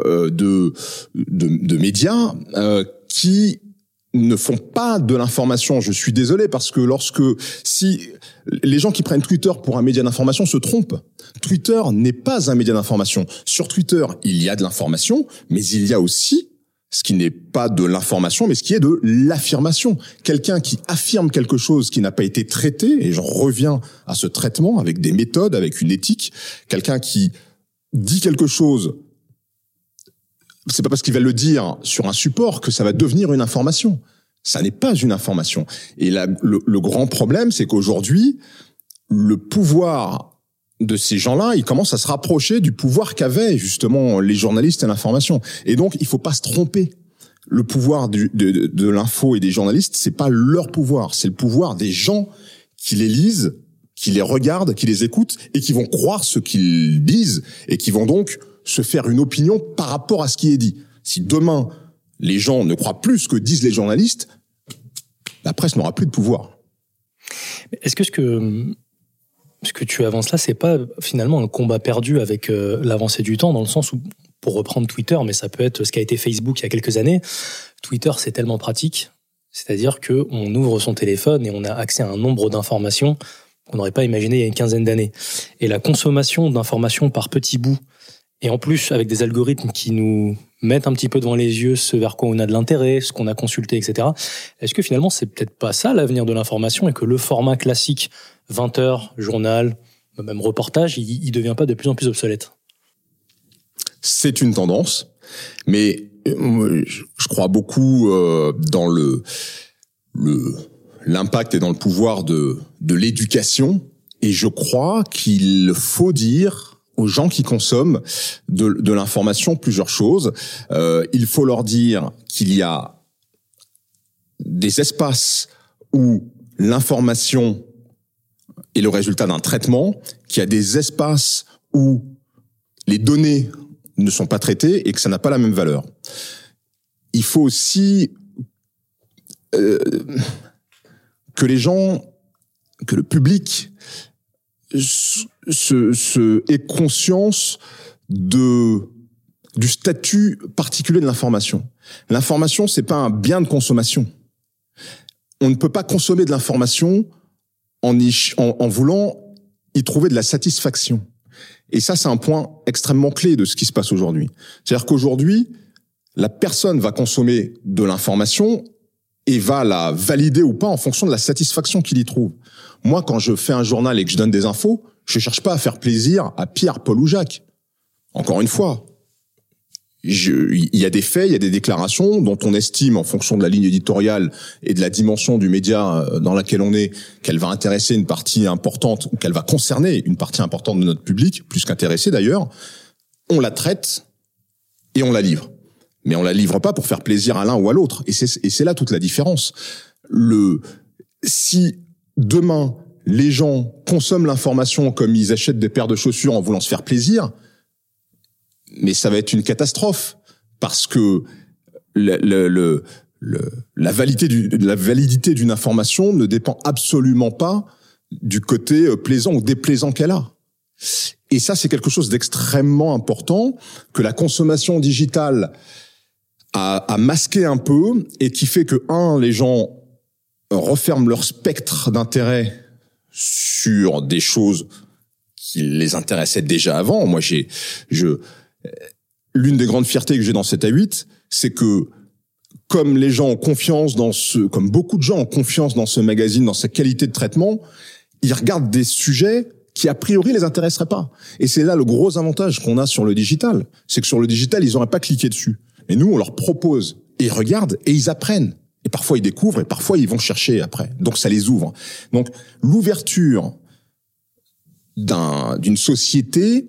de médias qui ne font pas de l'information. Je suis désolé parce que si les gens qui prennent Twitter pour un média d'information se trompent. Twitter n'est pas un média d'information. Sur Twitter, il y a de l'information, mais il y a aussi ce qui n'est pas de l'information, mais ce qui est de l'affirmation. Quelqu'un qui affirme quelque chose qui n'a pas été traité, et j'en reviens à ce traitement avec des méthodes, avec une éthique. Quelqu'un qui dit quelque chose, c'est pas parce qu'il va le dire sur un support que ça va devenir une information. Ça n'est pas une information. Et là, le grand problème, c'est qu'aujourd'hui, le pouvoir de ces gens-là, il commence à se rapprocher du pouvoir qu'avaient justement les journalistes et l'information. Et donc, il faut pas se tromper. Le pouvoir de l'info et des journalistes, c'est pas leur pouvoir, c'est le pouvoir des gens qui les lisent, qui les regardent, qui les écoutent et qui vont croire ce qu'ils disent et qui vont donc se faire une opinion par rapport à ce qui est dit. Si demain, les gens ne croient plus ce que disent les journalistes, la presse n'aura plus de pouvoir. Est-ce que ce que tu avances là, c'est pas finalement un combat perdu avec l'avancée du temps, dans le sens où, pour reprendre Twitter, mais ça peut être ce qu'a été Facebook il y a quelques années, Twitter, c'est tellement pratique, c'est-à-dire qu'on ouvre son téléphone et on a accès à un nombre d'informations qu'on n'aurait pas imaginé il y a une quinzaine d'années. Et la consommation d'informations par petits bouts, et en plus, avec des algorithmes qui nous mettent un petit peu devant les yeux ce vers quoi on a de l'intérêt, ce qu'on a consulté, etc. Est-ce que finalement, c'est peut-être pas ça l'avenir de l'information et que le format classique, 20 heures, journal, même reportage, il devient pas de plus en plus obsolète? C'est une tendance, mais je crois beaucoup dans l'impact et dans le pouvoir de l'éducation, et je crois qu'il faut dire aux gens qui consomment de l'information plusieurs choses. Il faut leur dire qu'il y a des espaces où l'information est le résultat d'un traitement, qu'il y a des espaces où les données ne sont pas traitées et que ça n'a pas la même valeur. Il faut aussi que les gens, que le public ait conscience du statut particulier de l'information. L'information, c'est pas un bien de consommation. On ne peut pas consommer de l'information en voulant y trouver de la satisfaction. Et ça, c'est un point extrêmement clé de ce qui se passe aujourd'hui. C'est-à-dire qu'aujourd'hui, la personne va consommer de l'information et va la valider ou pas en fonction de la satisfaction qu'il y trouve. Moi, quand je fais un journal et que je donne des infos, je cherche pas à faire plaisir à Pierre, Paul ou Jacques. Encore une fois, il y a des faits, il y a des déclarations dont on estime, en fonction de la ligne éditoriale et de la dimension du média dans laquelle on est, qu'elle va intéresser une partie importante ou qu'elle va concerner une partie importante de notre public, plus qu'intéresser d'ailleurs. On la traite et on la livre. Mais on la livre pas pour faire plaisir à l'un ou à l'autre. Et c'est là toute la différence. Si demain, les gens consomment l'information comme ils achètent des paires de chaussures en voulant se faire plaisir, mais ça va être une catastrophe. Parce que la validité d'une information ne dépend absolument pas du côté plaisant ou déplaisant qu'elle a. Et ça, c'est quelque chose d'extrêmement important que la consommation digitale a masqué un peu et qui fait que, les gens referment leur spectre d'intérêt sur des choses qui les intéressaient déjà avant. Moi, l'une des grandes fiertés que j'ai dans 7-8, c'est que comme les gens ont confiance comme beaucoup de gens ont confiance dans ce magazine, dans sa qualité de traitement, ils regardent des sujets qui a priori les intéresseraient pas. Et c'est là le gros avantage qu'on a sur le digital. C'est que sur le digital, ils n'auraient pas cliqué dessus. Mais nous, on leur propose, et ils regardent, et ils apprennent. Et parfois, ils découvrent, et parfois, ils vont chercher après. Donc, ça les ouvre. Donc, l'ouverture d'une société,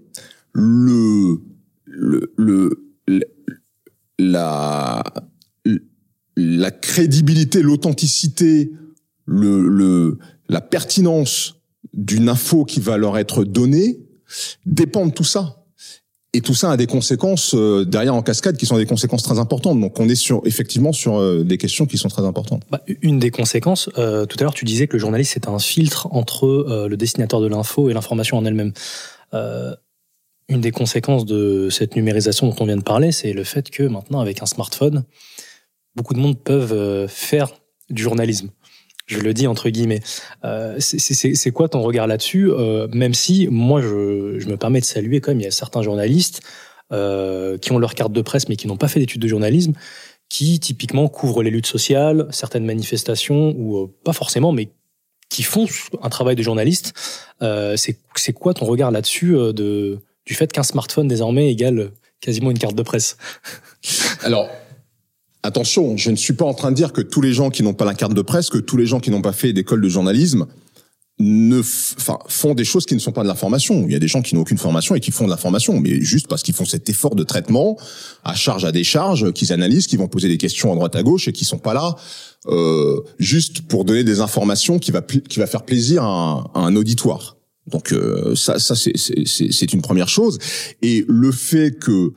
la crédibilité, l'authenticité, la pertinence d'une info qui va leur être donnée dépend de tout ça. Et tout ça a des conséquences derrière en cascade qui sont des conséquences très importantes. Donc on est effectivement sur des questions qui sont très importantes. Une des conséquences, tout à l'heure tu disais que le journaliste c'est un filtre entre le destinateur de l'info et l'information en elle-même. Une des conséquences de cette numérisation dont on vient de parler, c'est le fait que maintenant avec un smartphone, beaucoup de monde peuvent faire du journalisme. Je le dis entre guillemets. C'est quoi ton regard là-dessus, même si moi je me permets de saluer quand même, il y a certains journalistes qui ont leur carte de presse mais qui n'ont pas fait d'études de journalisme, qui typiquement couvrent les luttes sociales, certaines manifestations ou pas forcément, mais qui font un travail de journaliste. C'est quoi ton regard là-dessus du fait qu'un smartphone désormais égale quasiment une carte de presse? Alors, attention, je ne suis pas en train de dire que tous les gens qui n'ont pas la carte de presse, que tous les gens qui n'ont pas fait d'école de journalisme font des choses qui ne sont pas de l'information. Il y a des gens qui n'ont aucune formation et qui font de l'information, mais juste parce qu'ils font cet effort de traitement à charge à décharge, qu'ils analysent, qu'ils vont poser des questions à droite à gauche et qui sont pas là juste pour donner des informations qui va faire plaisir à un auditoire. Donc ça c'est une première chose. Et le fait que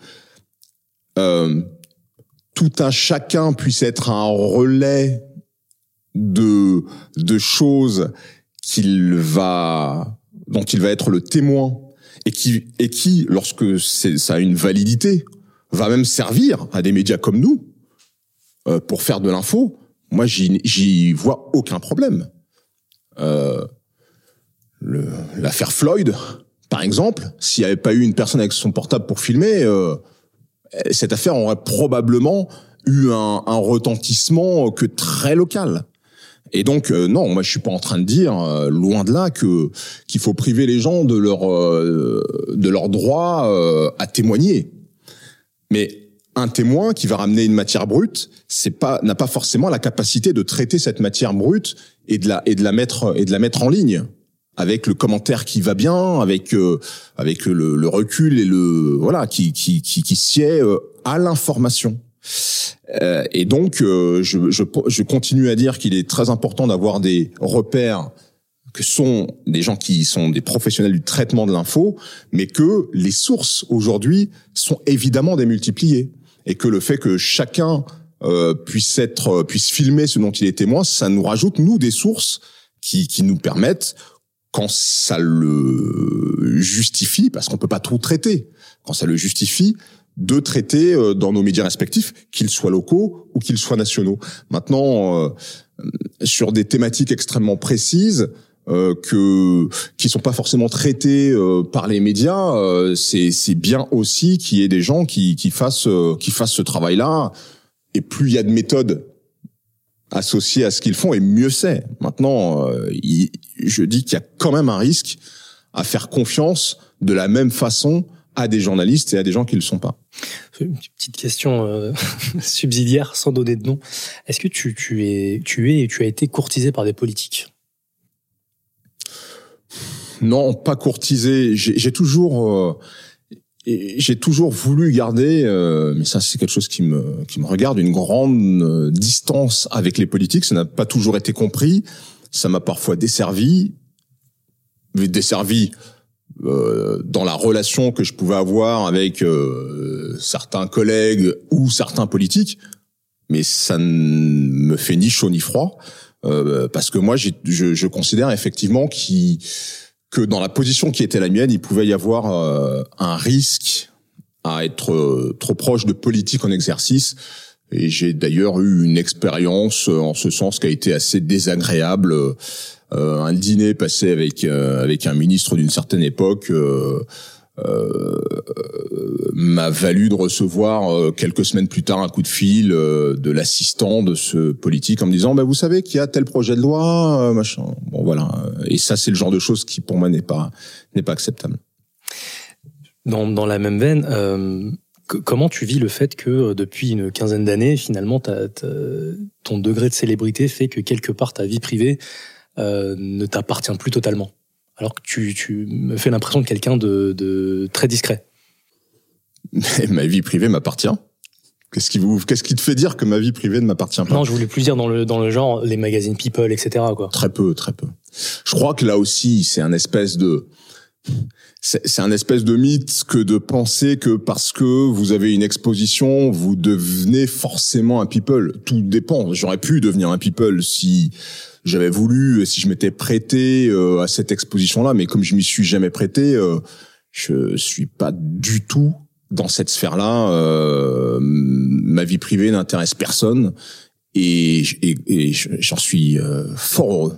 tout un chacun puisse être un relais de choses dont il va être le témoin et qui lorsque ça a une validité va même servir à des médias comme nous pour faire de l'info. Moi j'y vois aucun problème. L'affaire Floyd par exemple, s'il n'y avait pas eu une personne avec son portable pour filmer, cette affaire aurait probablement eu un retentissement que très local. Et donc non, moi je suis pas en train de dire loin de là qu'il faut priver les gens de leur droit à témoigner. Mais un témoin qui va ramener une matière brute, n'a pas forcément la capacité de traiter cette matière brute et de la mettre en ligne avec le commentaire qui va bien, avec le recul et qui sied à l'information. Et donc je continue à dire qu'il est très important d'avoir des repères que sont des gens qui sont des professionnels du traitement de l'info, mais que les sources aujourd'hui sont évidemment démultipliées et que le fait que chacun puisse filmer ce dont il est témoin, ça nous rajoute nous des sources qui nous permettent, quand ça le justifie, parce qu'on peut pas tout traiter, quand ça le justifie, de traiter dans nos médias respectifs, qu'ils soient locaux ou qu'ils soient nationaux. Maintenant, sur des thématiques extrêmement précises qui sont pas forcément traitées par les médias, c'est bien aussi qu'il y ait des gens qui fassent ce travail-là. Et plus il y a de méthodes associées à ce qu'ils font, et mieux c'est. Maintenant, je dis qu'il y a quand même un risque à faire confiance de la même façon à des journalistes et à des gens qui le sont pas. Une petite question subsidiaire, sans donner de nom. Est-ce que tu as été courtisé par des politiques? Non, pas courtisé. J'ai toujours j'ai toujours voulu garder, mais ça c'est quelque chose qui me regarde, une grande distance avec les politiques. Ça n'a pas toujours été compris. Ça m'a parfois desservi dans la relation que je pouvais avoir avec certains collègues ou certains politiques. Mais ça ne me fait ni chaud ni froid, parce que moi je considère effectivement que dans la position qui était la mienne, il pouvait y avoir un risque à être trop proche de politique en exercice. Et j'ai d'ailleurs eu une expérience en ce sens qui a été assez désagréable. Un dîner passé avec un ministre d'une certaine époque m'a valu de recevoir quelques semaines plus tard un coup de fil de l'assistant de ce politique en me disant vous savez qu'il y a tel projet de loi machin. Bon voilà, et ça c'est le genre de choses qui pour moi n'est pas acceptable. Dans la même veine, comment tu vis le fait que depuis une quinzaine d'années finalement ton degré de célébrité fait que quelque part ta vie privée ne t'appartient plus totalement? Alors que tu me fais l'impression de quelqu'un de très discret. Mais ma vie privée m'appartient. Qu'est-ce qui te fait dire que ma vie privée ne m'appartient pas? Non, je voulais plus dire dans le genre les magazines People, etc. quoi. Très peu. Je crois que là aussi, c'est un espèce de mythe que de penser que parce que vous avez une exposition, vous devenez forcément un People. Tout dépend. J'aurais pu devenir un People si j'avais voulu, si je m'étais prêté à cette exposition-là, mais comme je m'y suis jamais prêté, je suis pas du tout dans cette sphère-là. Ma vie privée n'intéresse personne et j'en suis fort heureux.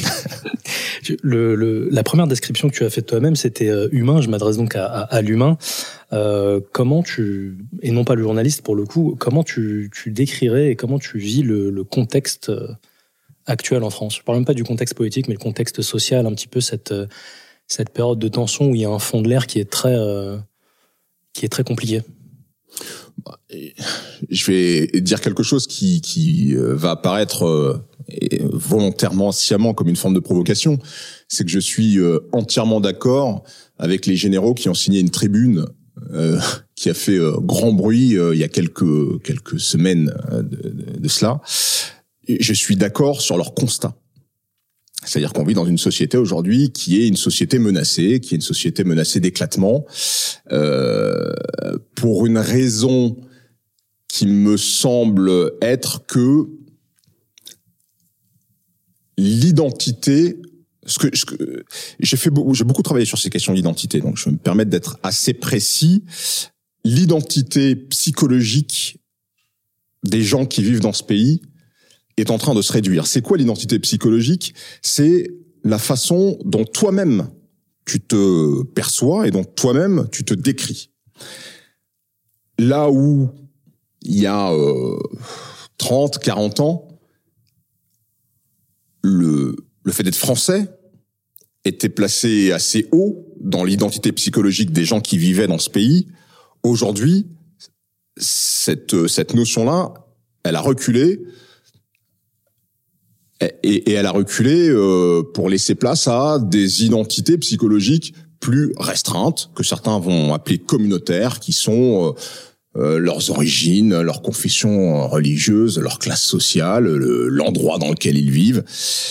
La première description que tu as faite toi-même, c'était humain. Je m'adresse donc à l'humain. Comment et non pas le journaliste pour le coup, comment tu décrirais et comment tu vis le contexte actuel en France? Je parle même pas du contexte politique, mais le contexte social, un petit peu cette période de tension où il y a un fond de l'air qui est très compliqué. Je vais dire quelque chose qui va apparaître volontairement, sciemment, comme une forme de provocation. C'est que je suis entièrement d'accord avec les généraux qui ont signé une tribune qui a fait grand bruit il y a quelques semaines de cela. Je suis d'accord sur leur constat. C'est-à-dire qu'on vit dans une société aujourd'hui qui est une société menacée, d'éclatement, pour une raison qui me semble être que l'identité, j'ai beaucoup travaillé sur ces questions d'identité, donc je vais me permettre d'être assez précis. L'identité psychologique des gens qui vivent dans ce pays est en train de se réduire. C'est quoi l'identité psychologique? C'est la façon dont toi-même tu te perçois et dont toi-même tu te décris. Là où il y a 30, 40 ans, le fait d'être français était placé assez haut dans l'identité psychologique des gens qui vivaient dans ce pays. Aujourd'hui, cette notion-là, elle a reculé. Et elle a reculé pour laisser place à des identités psychologiques plus restreintes, que certains vont appeler communautaires, qui sont leurs origines, leur confession religieuse, leur classe sociale, l'endroit dans lequel ils vivent.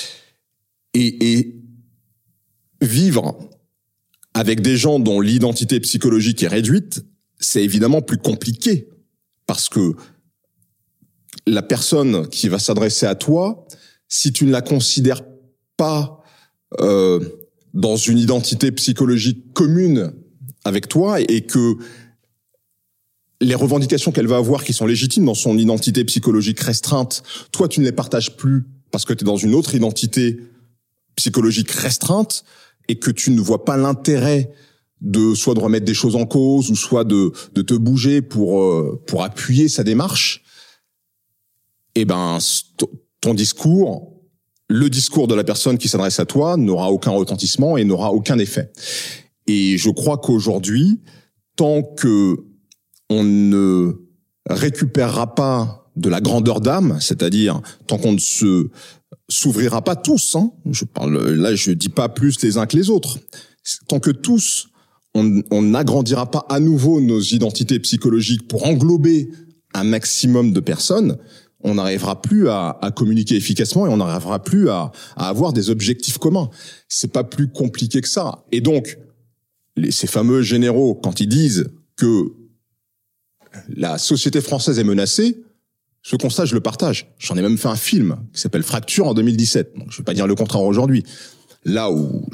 Et vivre avec des gens dont l'identité psychologique est réduite, c'est évidemment plus compliqué, parce que la personne qui va s'adresser à toi, si tu ne la considères pas dans une identité psychologique commune avec toi et que les revendications qu'elle va avoir qui sont légitimes dans son identité psychologique restreinte, toi tu ne les partages plus parce que tu es dans une autre identité psychologique restreinte et que tu ne vois pas l'intérêt soit de remettre des choses en cause ou soit de te bouger pour appuyer sa démarche, eh ben ton discours, le discours de la personne qui s'adresse à toi n'aura aucun retentissement et n'aura aucun effet. Et je crois qu'aujourd'hui, tant que on ne récupérera pas de la grandeur d'âme, c'est-à-dire tant qu'on ne s'ouvrira pas tous, je dis pas plus les uns que les autres, tant que tous on n'agrandira pas à nouveau nos identités psychologiques pour englober un maximum de personnes, on n'arrivera plus à communiquer efficacement et on n'arrivera plus à avoir des objectifs communs. C'est pas plus compliqué que ça. Et donc, ces fameux généraux, quand ils disent que la société française est menacée, ce constat, je le partage. J'en ai même fait un film qui s'appelle Fracture en 2017. Donc, je vais pas dire le contraire aujourd'hui. Là où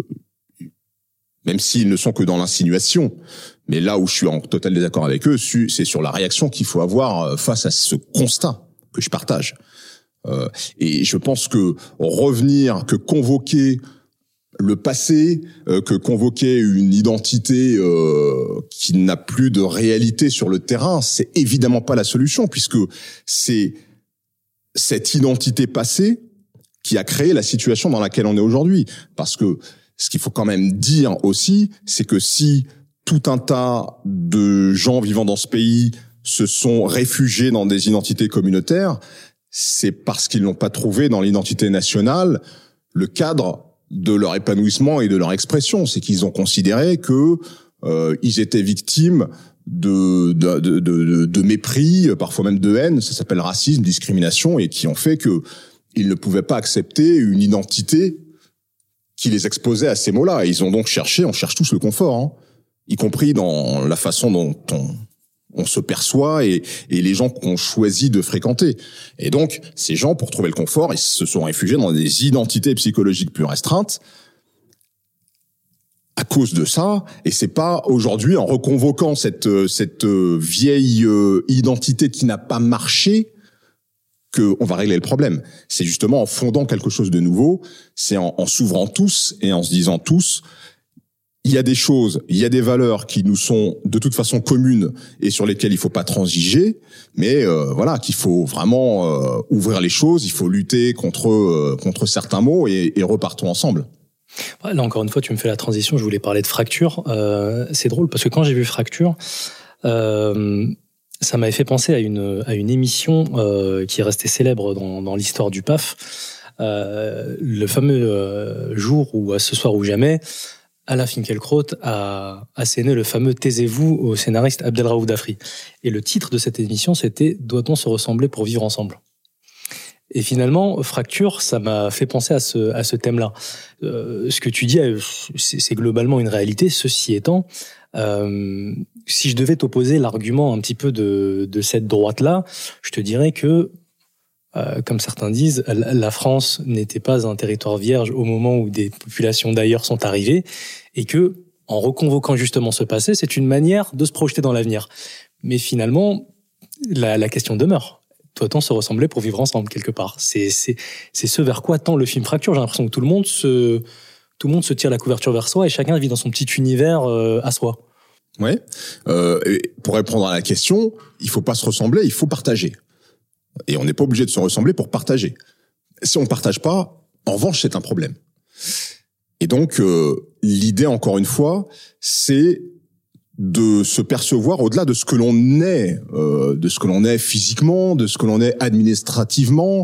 même s'ils ne sont que dans l'insinuation, mais là où je suis en total désaccord avec eux, c'est sur la réaction qu'il faut avoir face à ce constat que je partage. Et je pense que convoquer le passé, que convoquer une identité qui n'a plus de réalité sur le terrain, c'est évidemment pas la solution, puisque c'est cette identité passée qui a créé la situation dans laquelle on est aujourd'hui. Parce que ce qu'il faut quand même dire aussi, c'est que si tout un tas de gens vivant dans ce pays se sont réfugiés dans des identités communautaires, c'est parce qu'ils n'ont pas trouvé dans l'identité nationale le cadre de leur épanouissement et de leur expression. C'est qu'ils ont considéré que ils étaient victimes de mépris, parfois même de haine, ça s'appelle racisme, discrimination, et qui ont fait que ils ne pouvaient pas accepter une identité qui les exposait à ces mots-là. Et ils ont donc on cherche tous le confort, hein, y compris dans la façon dont on se perçoit et les gens qu'on choisit de fréquenter. Et donc, ces gens, pour trouver le confort, ils se sont réfugiés dans des identités psychologiques plus restreintes à cause de ça. Et c'est pas aujourd'hui, en reconvoquant cette vieille identité qui n'a pas marché, qu'on va régler le problème. C'est justement en fondant quelque chose de nouveau, c'est en s'ouvrant tous et en se disant tous, il y a des choses, il y a des valeurs qui nous sont de toute façon communes et sur lesquelles il faut pas transiger, mais voilà, qu'il faut vraiment ouvrir les choses, il faut lutter contre certains mots et repartons ensemble. Ouais, là encore une fois, tu me fais la transition, je voulais parler de Fracture. C'est drôle parce que quand j'ai vu Fracture, ça m'avait fait penser à une émission qui est restée célèbre dans l'histoire du PAF, le fameux jour où, Ce soir ou jamais, Alain Finkielkraut a asséné le fameux Taisez-vous au scénariste Abdelraouf Dafri. Et le titre de cette émission, c'était « Doit-on se ressembler pour vivre ensemble ?» Et finalement, Fracture, ça m'a fait penser à ce thème-là. Ce que tu dis, c'est globalement une réalité. Ceci étant, si je devais t'opposer l'argument un petit peu de cette droite-là, je te dirais que, comme certains disent, la France n'était pas un territoire vierge au moment où des populations d'ailleurs sont arrivées, et que, en reconvoquant justement ce passé, c'est une manière de se projeter dans l'avenir. Mais finalement, la question demeure. Doit-on se ressembler pour vivre ensemble quelque part ? C'est ce vers quoi tend le film Fracture. J'ai l'impression que tout le monde se tire la couverture vers soi et chacun vit dans son petit univers à soi. Ouais. Pour répondre à la question, il faut pas se ressembler, il faut partager. Et on n'est pas obligé de se ressembler pour partager. Si on partage pas, en revanche, c'est un problème. Et donc, l'idée, encore une fois, c'est de se percevoir au-delà de ce que l'on est, physiquement, de ce que l'on est administrativement.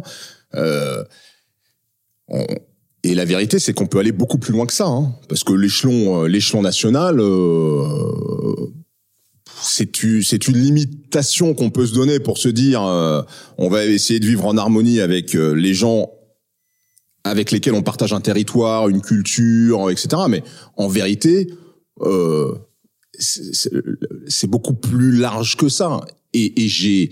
Et la vérité, c'est qu'on peut aller beaucoup plus loin que ça, hein, parce que l'échelon national, c'est une limitation qu'on peut se donner pour se dire, on va essayer de vivre en harmonie avec les gens avec lesquels on partage un territoire, une culture, etc. Mais en vérité, c'est beaucoup plus large que ça. Et j'ai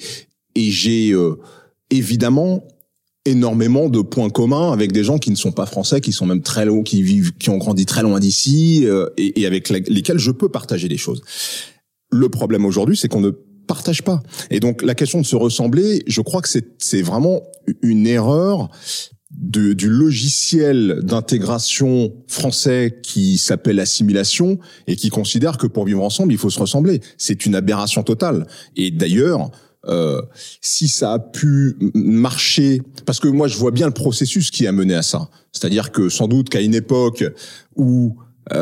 évidemment énormément de points communs avec des gens qui ne sont pas français, qui sont même très loin, qui ont grandi très loin d'ici, et avec lesquels je peux partager des choses. Le problème aujourd'hui, c'est qu'on ne partage pas. Et donc, la question de se ressembler, je crois que c'est vraiment une erreur du logiciel d'intégration français qui s'appelle assimilation et qui considère que pour vivre ensemble, il faut se ressembler. C'est une aberration totale. Et d'ailleurs, si ça a pu marcher, parce que moi je vois bien le processus qui a mené à ça. C'est-à-dire que sans doute qu'à une époque où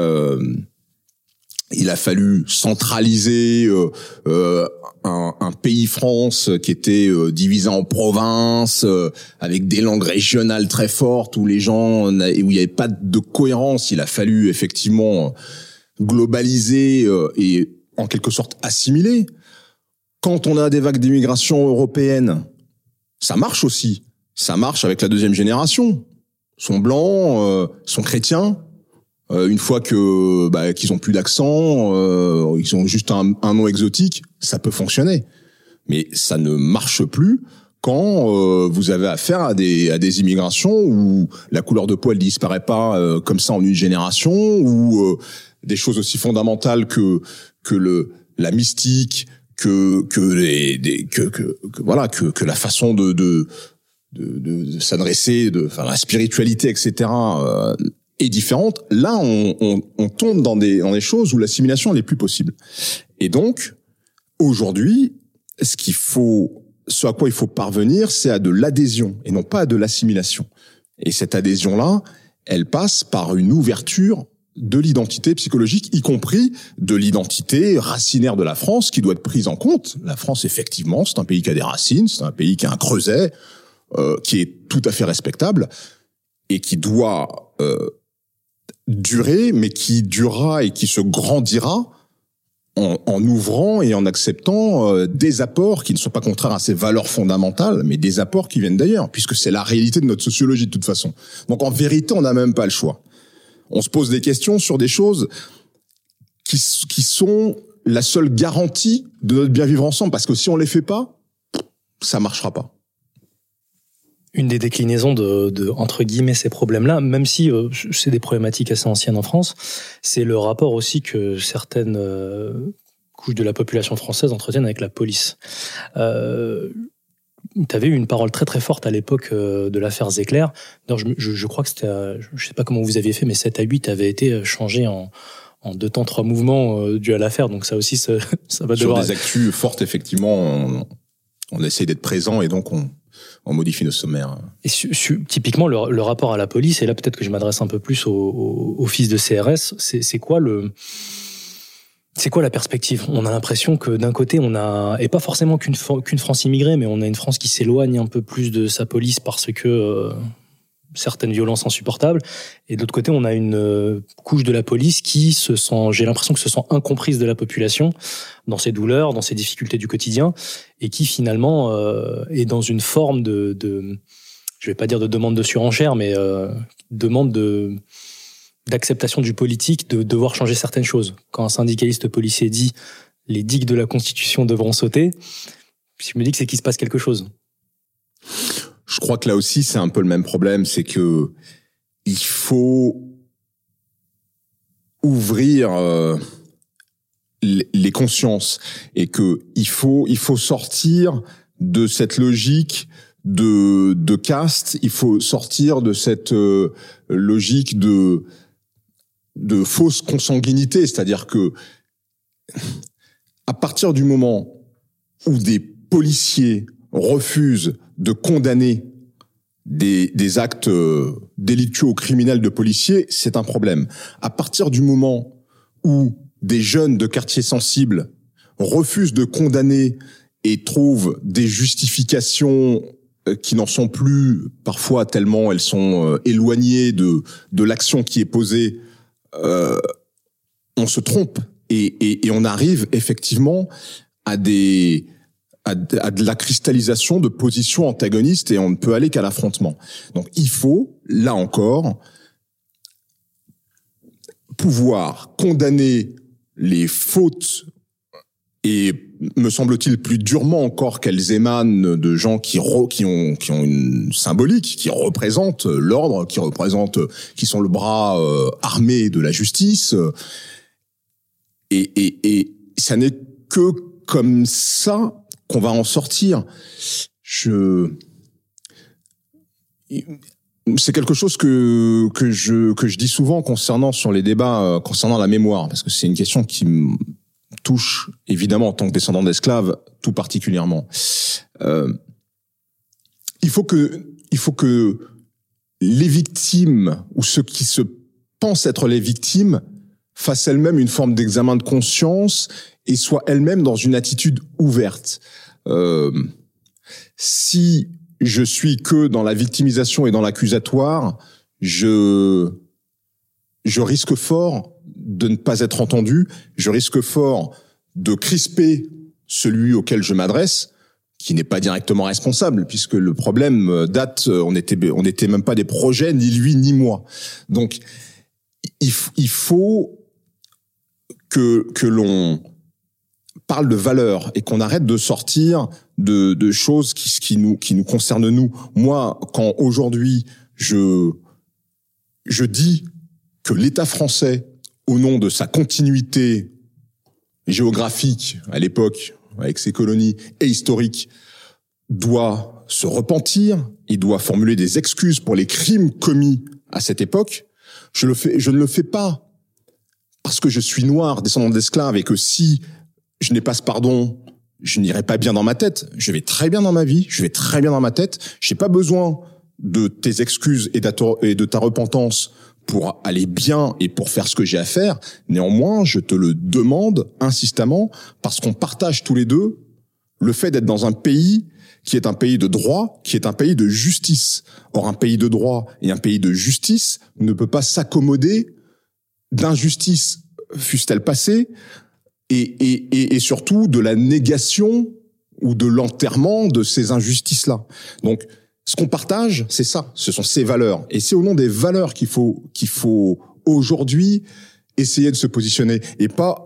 il a fallu centraliser un pays France qui était divisé en provinces avec des langues régionales très fortes où les gens où il n'y avait pas de cohérence, il a fallu effectivement globalisé et en quelque sorte assimilé. Quand on a des vagues d'immigration européenne, ça marche aussi. Ça marche avec la deuxième génération. Ils sont blancs, sont chrétiens. Une fois qu'ils ont plus d'accent, ils ont juste un nom exotique, ça peut fonctionner. Mais ça ne marche plus quand vous avez affaire à des immigrations où la couleur de peau elle disparaît pas comme ça en une génération, ou des choses aussi fondamentales que la mystique, que la façon de s'adresser, la spiritualité, etc. Est différente. Là, on tombe dans des choses où l'assimilation elle est plus possible. Et donc, aujourd'hui, ce à quoi il faut parvenir, c'est à de l'adhésion et non pas à de l'assimilation. Et cette adhésion-là, elle passe par une ouverture de l'identité psychologique, y compris de l'identité racinaire de la France, qui doit être prise en compte. La France, effectivement, c'est un pays qui a des racines, c'est un pays qui a un creuset, qui est tout à fait respectable et qui doit durer, mais qui durera et qui se grandira en ouvrant et en acceptant des apports qui ne sont pas contraires à ses valeurs fondamentales, mais des apports qui viennent d'ailleurs, puisque c'est la réalité de notre sociologie de toute façon. Donc en vérité, on n'a même pas le choix. On se pose des questions sur des choses qui sont la seule garantie de notre bien vivre ensemble, parce que si on les fait pas, ça marchera pas. Une des déclinaisons de entre guillemets ces problèmes-là, même si c'est des problématiques assez anciennes en France, c'est le rapport aussi que certaines couches de la population française entretiennent avec la police. Tu avais eu une parole très très forte à l'époque de l'affaire Zecler. Je crois que c'était, je sais pas comment vous aviez fait, mais 7 à 8 avait été changé en 2 temps 3 mouvements dû à l'affaire. Donc ça aussi, ça va sur devoir... des actus fortes, effectivement, on essaie d'être présent et donc on modifie nos sommaires. Et typiquement, le rapport à la police, et là peut-être que je m'adresse un peu plus au fils de CRS, c'est quoi la perspective ? On a l'impression que d'un côté, on a, et pas forcément qu'une France immigrée, mais on a une France qui s'éloigne un peu plus de sa police parce que certaines violences insupportables, et de l'autre côté, on a une couche de la police qui j'ai l'impression que se sent incomprise de la population dans ses douleurs, dans ses difficultés du quotidien, et qui finalement est dans une forme je vais pas dire de demande de surenchère, mais demande d'acceptation du politique de devoir changer certaines choses. Quand un syndicaliste policier dit « les digues de la Constitution devront sauter », je me dis que c'est qu'il se passe quelque chose. Je crois que là aussi, c'est un peu le même problème, c'est que il faut ouvrir les consciences et que il faut sortir de cette logique de caste, il faut sortir de cette logique de fausse consanguinité, c'est-à-dire que à partir du moment où des policiers refusent de condamner des actes délictueux ou criminels de policiers, c'est un problème. À partir du moment où des jeunes de quartiers sensibles refusent de condamner et trouvent des justifications qui n'en sont plus, parfois tellement elles sont éloignées de l'action qui est posée, on se trompe et on arrive effectivement à de la cristallisation de positions antagonistes et on ne peut aller qu'à l'affrontement. Donc il faut, là encore, pouvoir condamner les fautes et, me semble-t-il, plus durement encore qu'elles émanent de gens qui ont une symbolique, qui représentent l'ordre, qui sont le bras armé de la justice. Et ça n'est que comme ça qu'on va en sortir. C'est quelque chose que je dis souvent sur les débats concernant la mémoire, parce que c'est une question qui me touche évidemment en tant que descendant d'esclaves tout particulièrement. Il faut que les victimes ou ceux qui se pensent être les victimes fassent elles-mêmes une forme d'examen de conscience et soient elles-mêmes dans une attitude ouverte. Si je suis que dans la victimisation et dans l'accusatoire, je je risque fort de ne pas être entendu, je risque fort de crisper celui auquel je m'adresse, qui n'est pas directement responsable, puisque le problème date, on était même pas des projets, ni lui ni moi. Donc, il faut que l'on parle de valeurs et qu'on arrête de sortir de choses qui nous concernent nous. Moi, quand aujourd'hui je dis que l'État français, au nom de sa continuité géographique à l'époque, avec ses colonies, et historique, doit se repentir, il doit formuler des excuses pour les crimes commis à cette époque, je ne le fais pas parce que je suis noir, descendant d'esclaves, et que si je n'ai pas ce pardon, je n'irai pas bien dans ma tête. Je vais très bien dans ma vie, je vais très bien dans ma tête. J'ai pas besoin de tes excuses et de ta repentance pour aller bien et pour faire ce que j'ai à faire. Néanmoins, je te le demande insistamment parce qu'on partage tous les deux le fait d'être dans un pays qui est un pays de droit, qui est un pays de justice. Or, un pays de droit et un pays de justice ne peut pas s'accommoder d'injustice, fût-elle passée, et surtout de la négation ou de l'enterrement de ces injustices-là. Donc, ce qu'on partage, c'est ça, ce sont ces valeurs. Et c'est au nom des valeurs qu'il faut aujourd'hui essayer de se positionner, et pas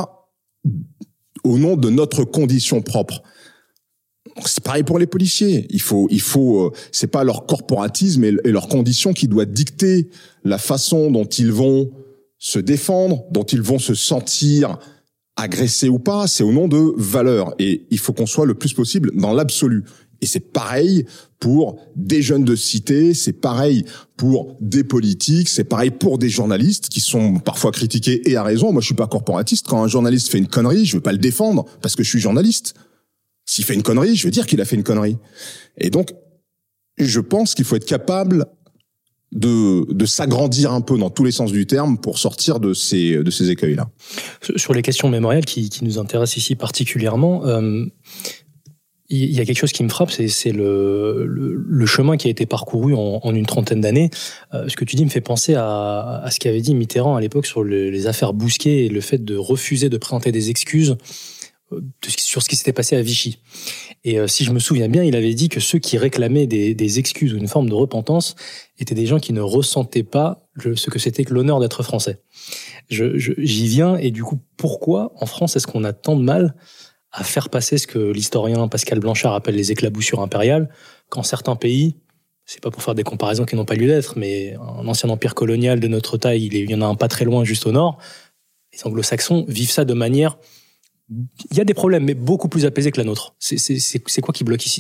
au nom de notre condition propre. C'est pareil pour les policiers. Il faut, c'est pas leur corporatisme et leur condition qui doit dicter la façon dont ils vont se défendre, dont ils vont se sentir agressés ou pas. C'est au nom de valeurs. Et il faut qu'on soit le plus possible dans l'absolu. Et c'est pareil pour des jeunes de cité, c'est pareil pour des politiques, c'est pareil pour des journalistes qui sont parfois critiqués et à raison. Moi, je suis pas corporatiste. Quand un journaliste fait une connerie, je veux pas le défendre parce que je suis journaliste. S'il fait une connerie, je veux dire qu'il a fait une connerie. Et donc, je pense qu'il faut être capable de s'agrandir un peu dans tous les sens du terme pour sortir de ces écueils-là. Sur les questions mémorielles qui nous intéressent ici particulièrement, il y a quelque chose qui me frappe, c'est le chemin qui a été parcouru en une trentaine d'années. Ce que tu dis me fait penser à ce qu'avait dit Mitterrand à l'époque sur les affaires Bousquet et le fait de refuser de présenter des excuses sur ce qui s'était passé à Vichy. Et si je me souviens bien, il avait dit que ceux qui réclamaient des excuses ou une forme de repentance étaient des gens qui ne ressentaient pas ce que c'était que l'honneur d'être français. J'y viens, et du coup, pourquoi en France est-ce qu'on a tant de mal à faire passer ce que l'historien Pascal Blanchard appelle les éclaboussures impériales, quand certains pays, c'est pas pour faire des comparaisons qui n'ont pas lieu d'être, mais un ancien empire colonial de notre taille, il y en a un pas très loin, juste au nord, les anglo-saxons vivent ça de manière... Il y a des problèmes, mais beaucoup plus apaisés que la nôtre. C'est quoi qui bloque ici ?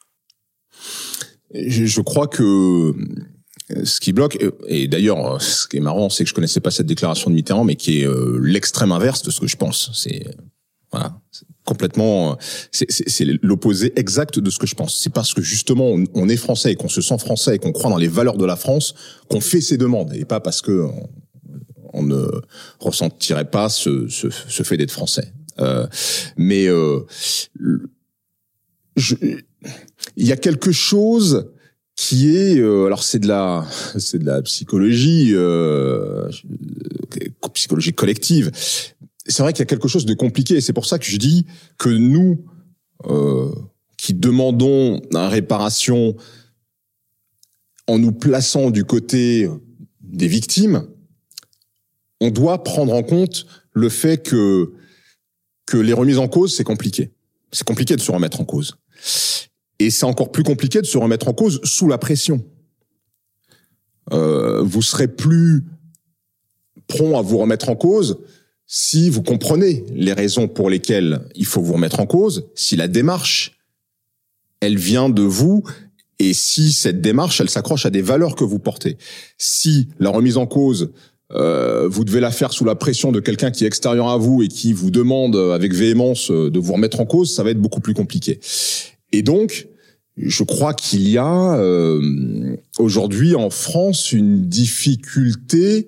Je crois que ce qui bloque, et d'ailleurs, ce qui est marrant, c'est que je connaissais pas cette déclaration de Mitterrand, mais qui est l'extrême inverse de ce que je pense. Voilà, complètement, c'est l'opposé exact de ce que je pense. C'est parce que justement on est français et qu'on se sent français et qu'on croit dans les valeurs de la France qu'on fait ces demandes, et pas parce que on ne ressentirait pas ce fait d'être français. Mais il y a quelque chose qui est, alors c'est de la psychologie, psychologie collective. C'est vrai qu'il y a quelque chose de compliqué, et c'est pour ça que je dis que nous, qui demandons la réparation en nous plaçant du côté des victimes, on doit prendre en compte le fait que les remises en cause, c'est compliqué. C'est compliqué de se remettre en cause. Et c'est encore plus compliqué de se remettre en cause sous la pression. Vous serez plus prompt à vous remettre en cause si vous comprenez les raisons pour lesquelles il faut vous remettre en cause, si la démarche, elle vient de vous, et si cette démarche, elle s'accroche à des valeurs que vous portez. Si la remise en cause, vous devez la faire sous la pression de quelqu'un qui est extérieur à vous et qui vous demande avec véhémence de vous remettre en cause, ça va être beaucoup plus compliqué. Et donc, je crois qu'il y a aujourd'hui en France une difficulté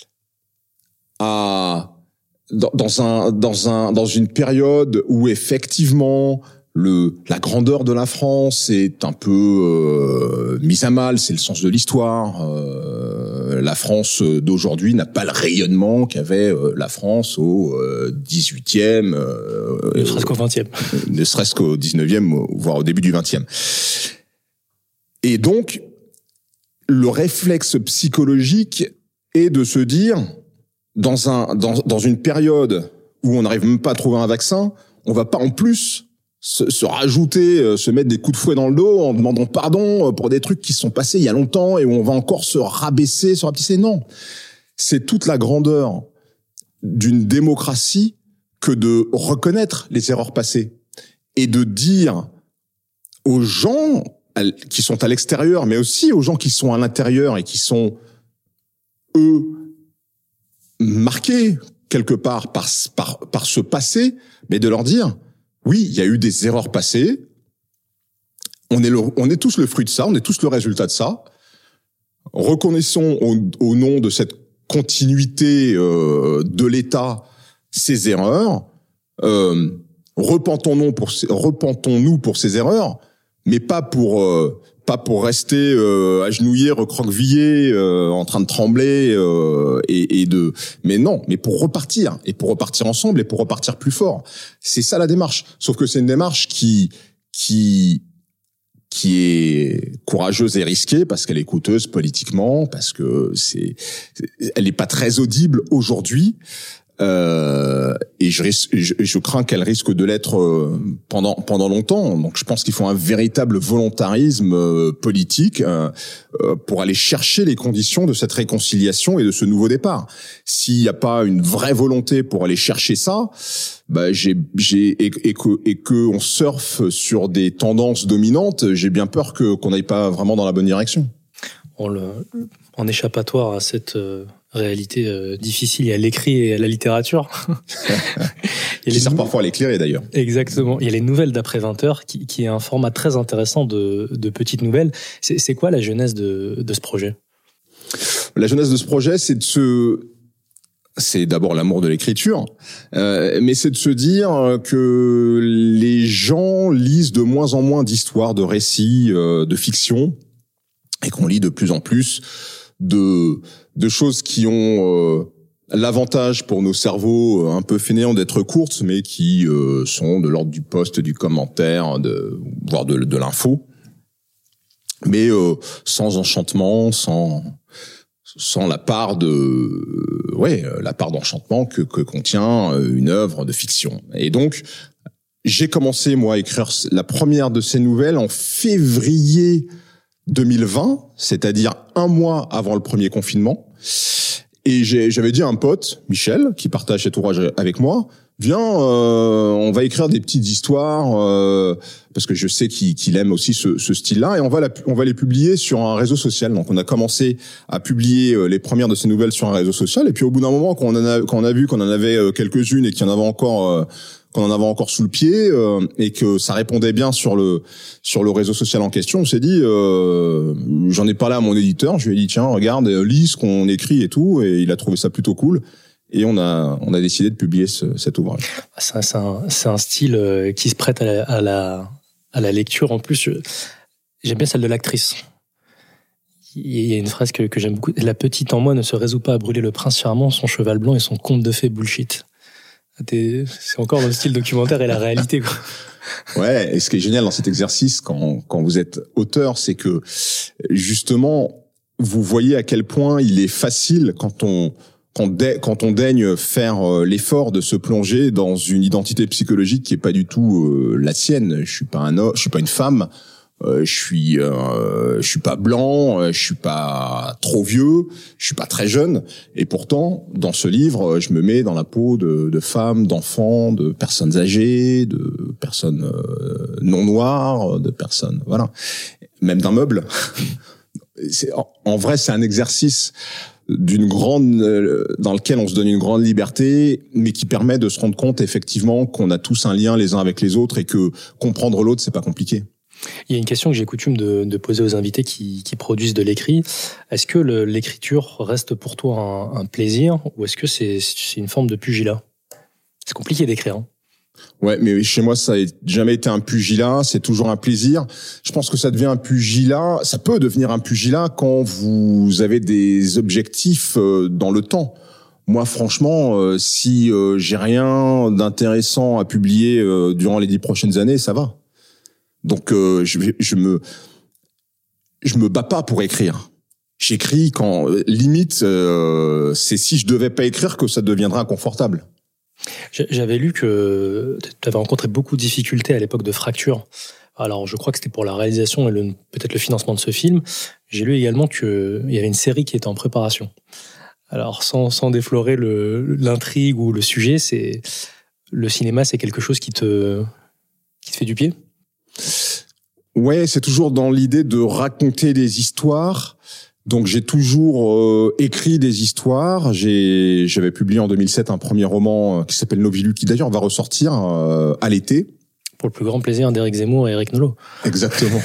dans une période où effectivement la grandeur de la France est un peu mise à mal, c'est le sens de l'histoire. la France d'aujourd'hui n'a pas le rayonnement qu'avait la France au 18e, ne serait-ce qu'au 20e, ne serait-ce qu'au 19e, voire au début du 20e. Et donc, le réflexe psychologique est de se dire, dans une période où on n'arrive même pas à trouver un vaccin, on va pas en plus se rajouter, se mettre des coups de fouet dans le dos en demandant pardon pour des trucs qui se sont passés il y a longtemps et où on va encore se rabaisser, se rapetisser. Non. C'est toute la grandeur d'une démocratie que de reconnaître les erreurs passées et de dire aux gens qui sont à l'extérieur, mais aussi aux gens qui sont à l'intérieur et qui sont, eux, marqués quelque part par ce passé, mais de leur dire, oui, il y a eu des erreurs passées, on est tous le fruit de ça, on est tous le résultat de ça, reconnaissons au nom de cette continuité de l'État ces erreurs, repentons-nous pour ces erreurs, mais pas pour rester agenouillé, recroquevillé, en train de trembler mais pour repartir ensemble et pour repartir plus fort. C'est ça la démarche. Sauf que c'est une démarche qui est courageuse et risquée parce qu'elle est coûteuse politiquement, parce que elle n'est pas très audible aujourd'hui. Et je crains qu'elle risque de l'être pendant longtemps. Donc je pense qu'il faut un véritable volontarisme politique pour aller chercher les conditions de cette réconciliation et de ce nouveau départ. S'il n'y a pas une vraie volonté pour aller chercher ça, et que on surfe sur des tendances dominantes, j'ai bien peur qu'on n'aille pas vraiment dans la bonne direction. En échappatoire à cette réalité difficile, il y a l'écrit et la littérature. Qui sert parfois à l'éclairer d'ailleurs. Exactement. Il y a les nouvelles d'après 20h qui est un format très intéressant de petites nouvelles. C'est quoi la genèse de ce projet ? La genèse de ce projet, c'est d'abord l'amour de l'écriture, mais c'est de se dire que les gens lisent de moins en moins d'histoires, de récits, de fiction, et qu'on lit de plus en plus de choses qui ont l'avantage pour nos cerveaux un peu fainéants d'être courtes, mais qui sont de l'ordre du post, du commentaire, voire de l'info, mais sans enchantement, sans la part d'enchantement que contient une œuvre de fiction. Et donc, j'ai commencé, moi, à écrire la première de ces nouvelles en février 2020, c'est-à-dire un mois avant le premier confinement. Et j'avais dit à un pote, Michel, qui partage cet ouvrage avec moi, viens, on va écrire des petites histoires, parce que je sais qu'il aime aussi ce style-là, et on va les publier sur un réseau social. Donc on a commencé à publier les premières de ces nouvelles sur un réseau social, et puis au bout d'un moment, quand on a vu qu'on en avait quelques-unes et qu'il y en avait encore qu'on en avait encore sous le pied, et que ça répondait bien sur le réseau social en question, on s'est dit, j'en ai parlé à mon éditeur, je lui ai dit tiens, regarde, lis ce qu'on écrit et tout, et il a trouvé ça plutôt cool. Et on a décidé de publier cet ouvrage. C'est un style qui se prête à la lecture. En plus, j'aime bien celle de l'actrice. Il y a une phrase que j'aime beaucoup. La petite en moi ne se résout pas à brûler le prince charmant, son cheval blanc et son conte de fées bullshit. C'est encore le style documentaire et la réalité, quoi. Ouais, et ce qui est génial dans cet exercice, quand vous êtes auteur, c'est que, justement, vous voyez à quel point il est facile quand on daigne faire l'effort de se plonger dans une identité psychologique qui est pas du tout la sienne. Je suis pas un homme, je suis pas une femme, je suis pas blanc, je suis pas trop vieux, je suis pas très jeune, et pourtant dans ce livre, je me mets dans la peau de femmes, d'enfants, de personnes âgées, de personnes non noires, de personnes, voilà, même d'un meuble. En vrai, c'est un exercice dans lequel on se donne une grande liberté, mais qui permet de se rendre compte effectivement qu'on a tous un lien les uns avec les autres et que comprendre l'autre, c'est pas compliqué. Il y a une question que j'ai coutume de poser aux invités qui produisent de l'écrit. Est-ce que l'écriture reste pour toi un plaisir, ou est-ce que c'est une forme de pugilat ? C'est compliqué d'écrire, hein. Ouais, mais chez moi, ça n'a jamais été un pugilat, c'est toujours un plaisir. Je pense que ça devient un pugilat, ça peut devenir un pugilat quand vous avez des objectifs dans le temps. Moi, franchement, si j'ai rien d'intéressant à publier durant les 10 prochaines années, ça va. Donc, je me bats pas pour écrire. J'écris quand, limite, c'est si je devais pas écrire que ça deviendra inconfortable. J'avais lu que tu avais rencontré beaucoup de difficultés à l'époque de Fracture. Alors, je crois que c'était pour la réalisation et peut-être le financement de ce film. J'ai lu également qu'il y avait une série qui était en préparation. Alors, sans déflorer l'intrigue ou le sujet, le cinéma, c'est quelque chose qui te fait du pied? Ouais, c'est toujours dans l'idée de raconter des histoires. Donc j'ai toujours écrit des histoires. J'avais publié en 2007 un premier roman qui s'appelle Novilu, qui d'ailleurs va ressortir à l'été. Pour le plus grand plaisir d'Éric Zemmour et Eric Nolot. Exactement.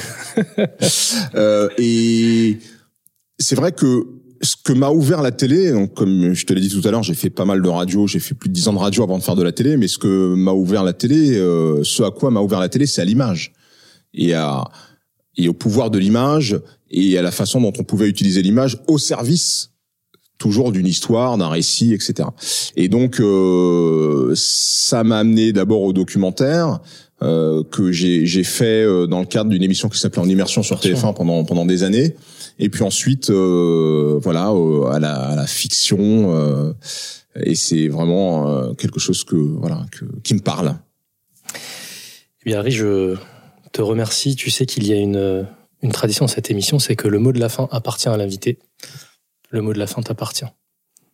Et c'est vrai que ce que m'a ouvert la télé, donc comme je te l'ai dit tout à l'heure, j'ai fait pas mal de radio, j'ai fait plus de 10 ans de radio avant de faire de la télé, mais ce que m'a ouvert la télé, ce à quoi m'a ouvert la télé, c'est à l'image. Et au pouvoir de l'image et à la façon dont on pouvait utiliser l'image au service toujours d'une histoire, d'un récit, etc. Et donc ça m'a amené d'abord au documentaire que j'ai fait dans le cadre d'une émission qui s'appelait En Immersion sur TF1 pendant des années. Et puis ensuite à la fiction et c'est vraiment quelque chose qui me parle. Eh bien, Harry, je te remercie. Tu sais qu'il y a une tradition dans cette émission, c'est que le mot de la fin appartient à l'invité. Le mot de la fin t'appartient.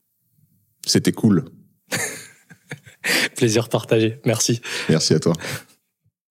C'était cool. Plaisir partagé. Merci. Merci à toi.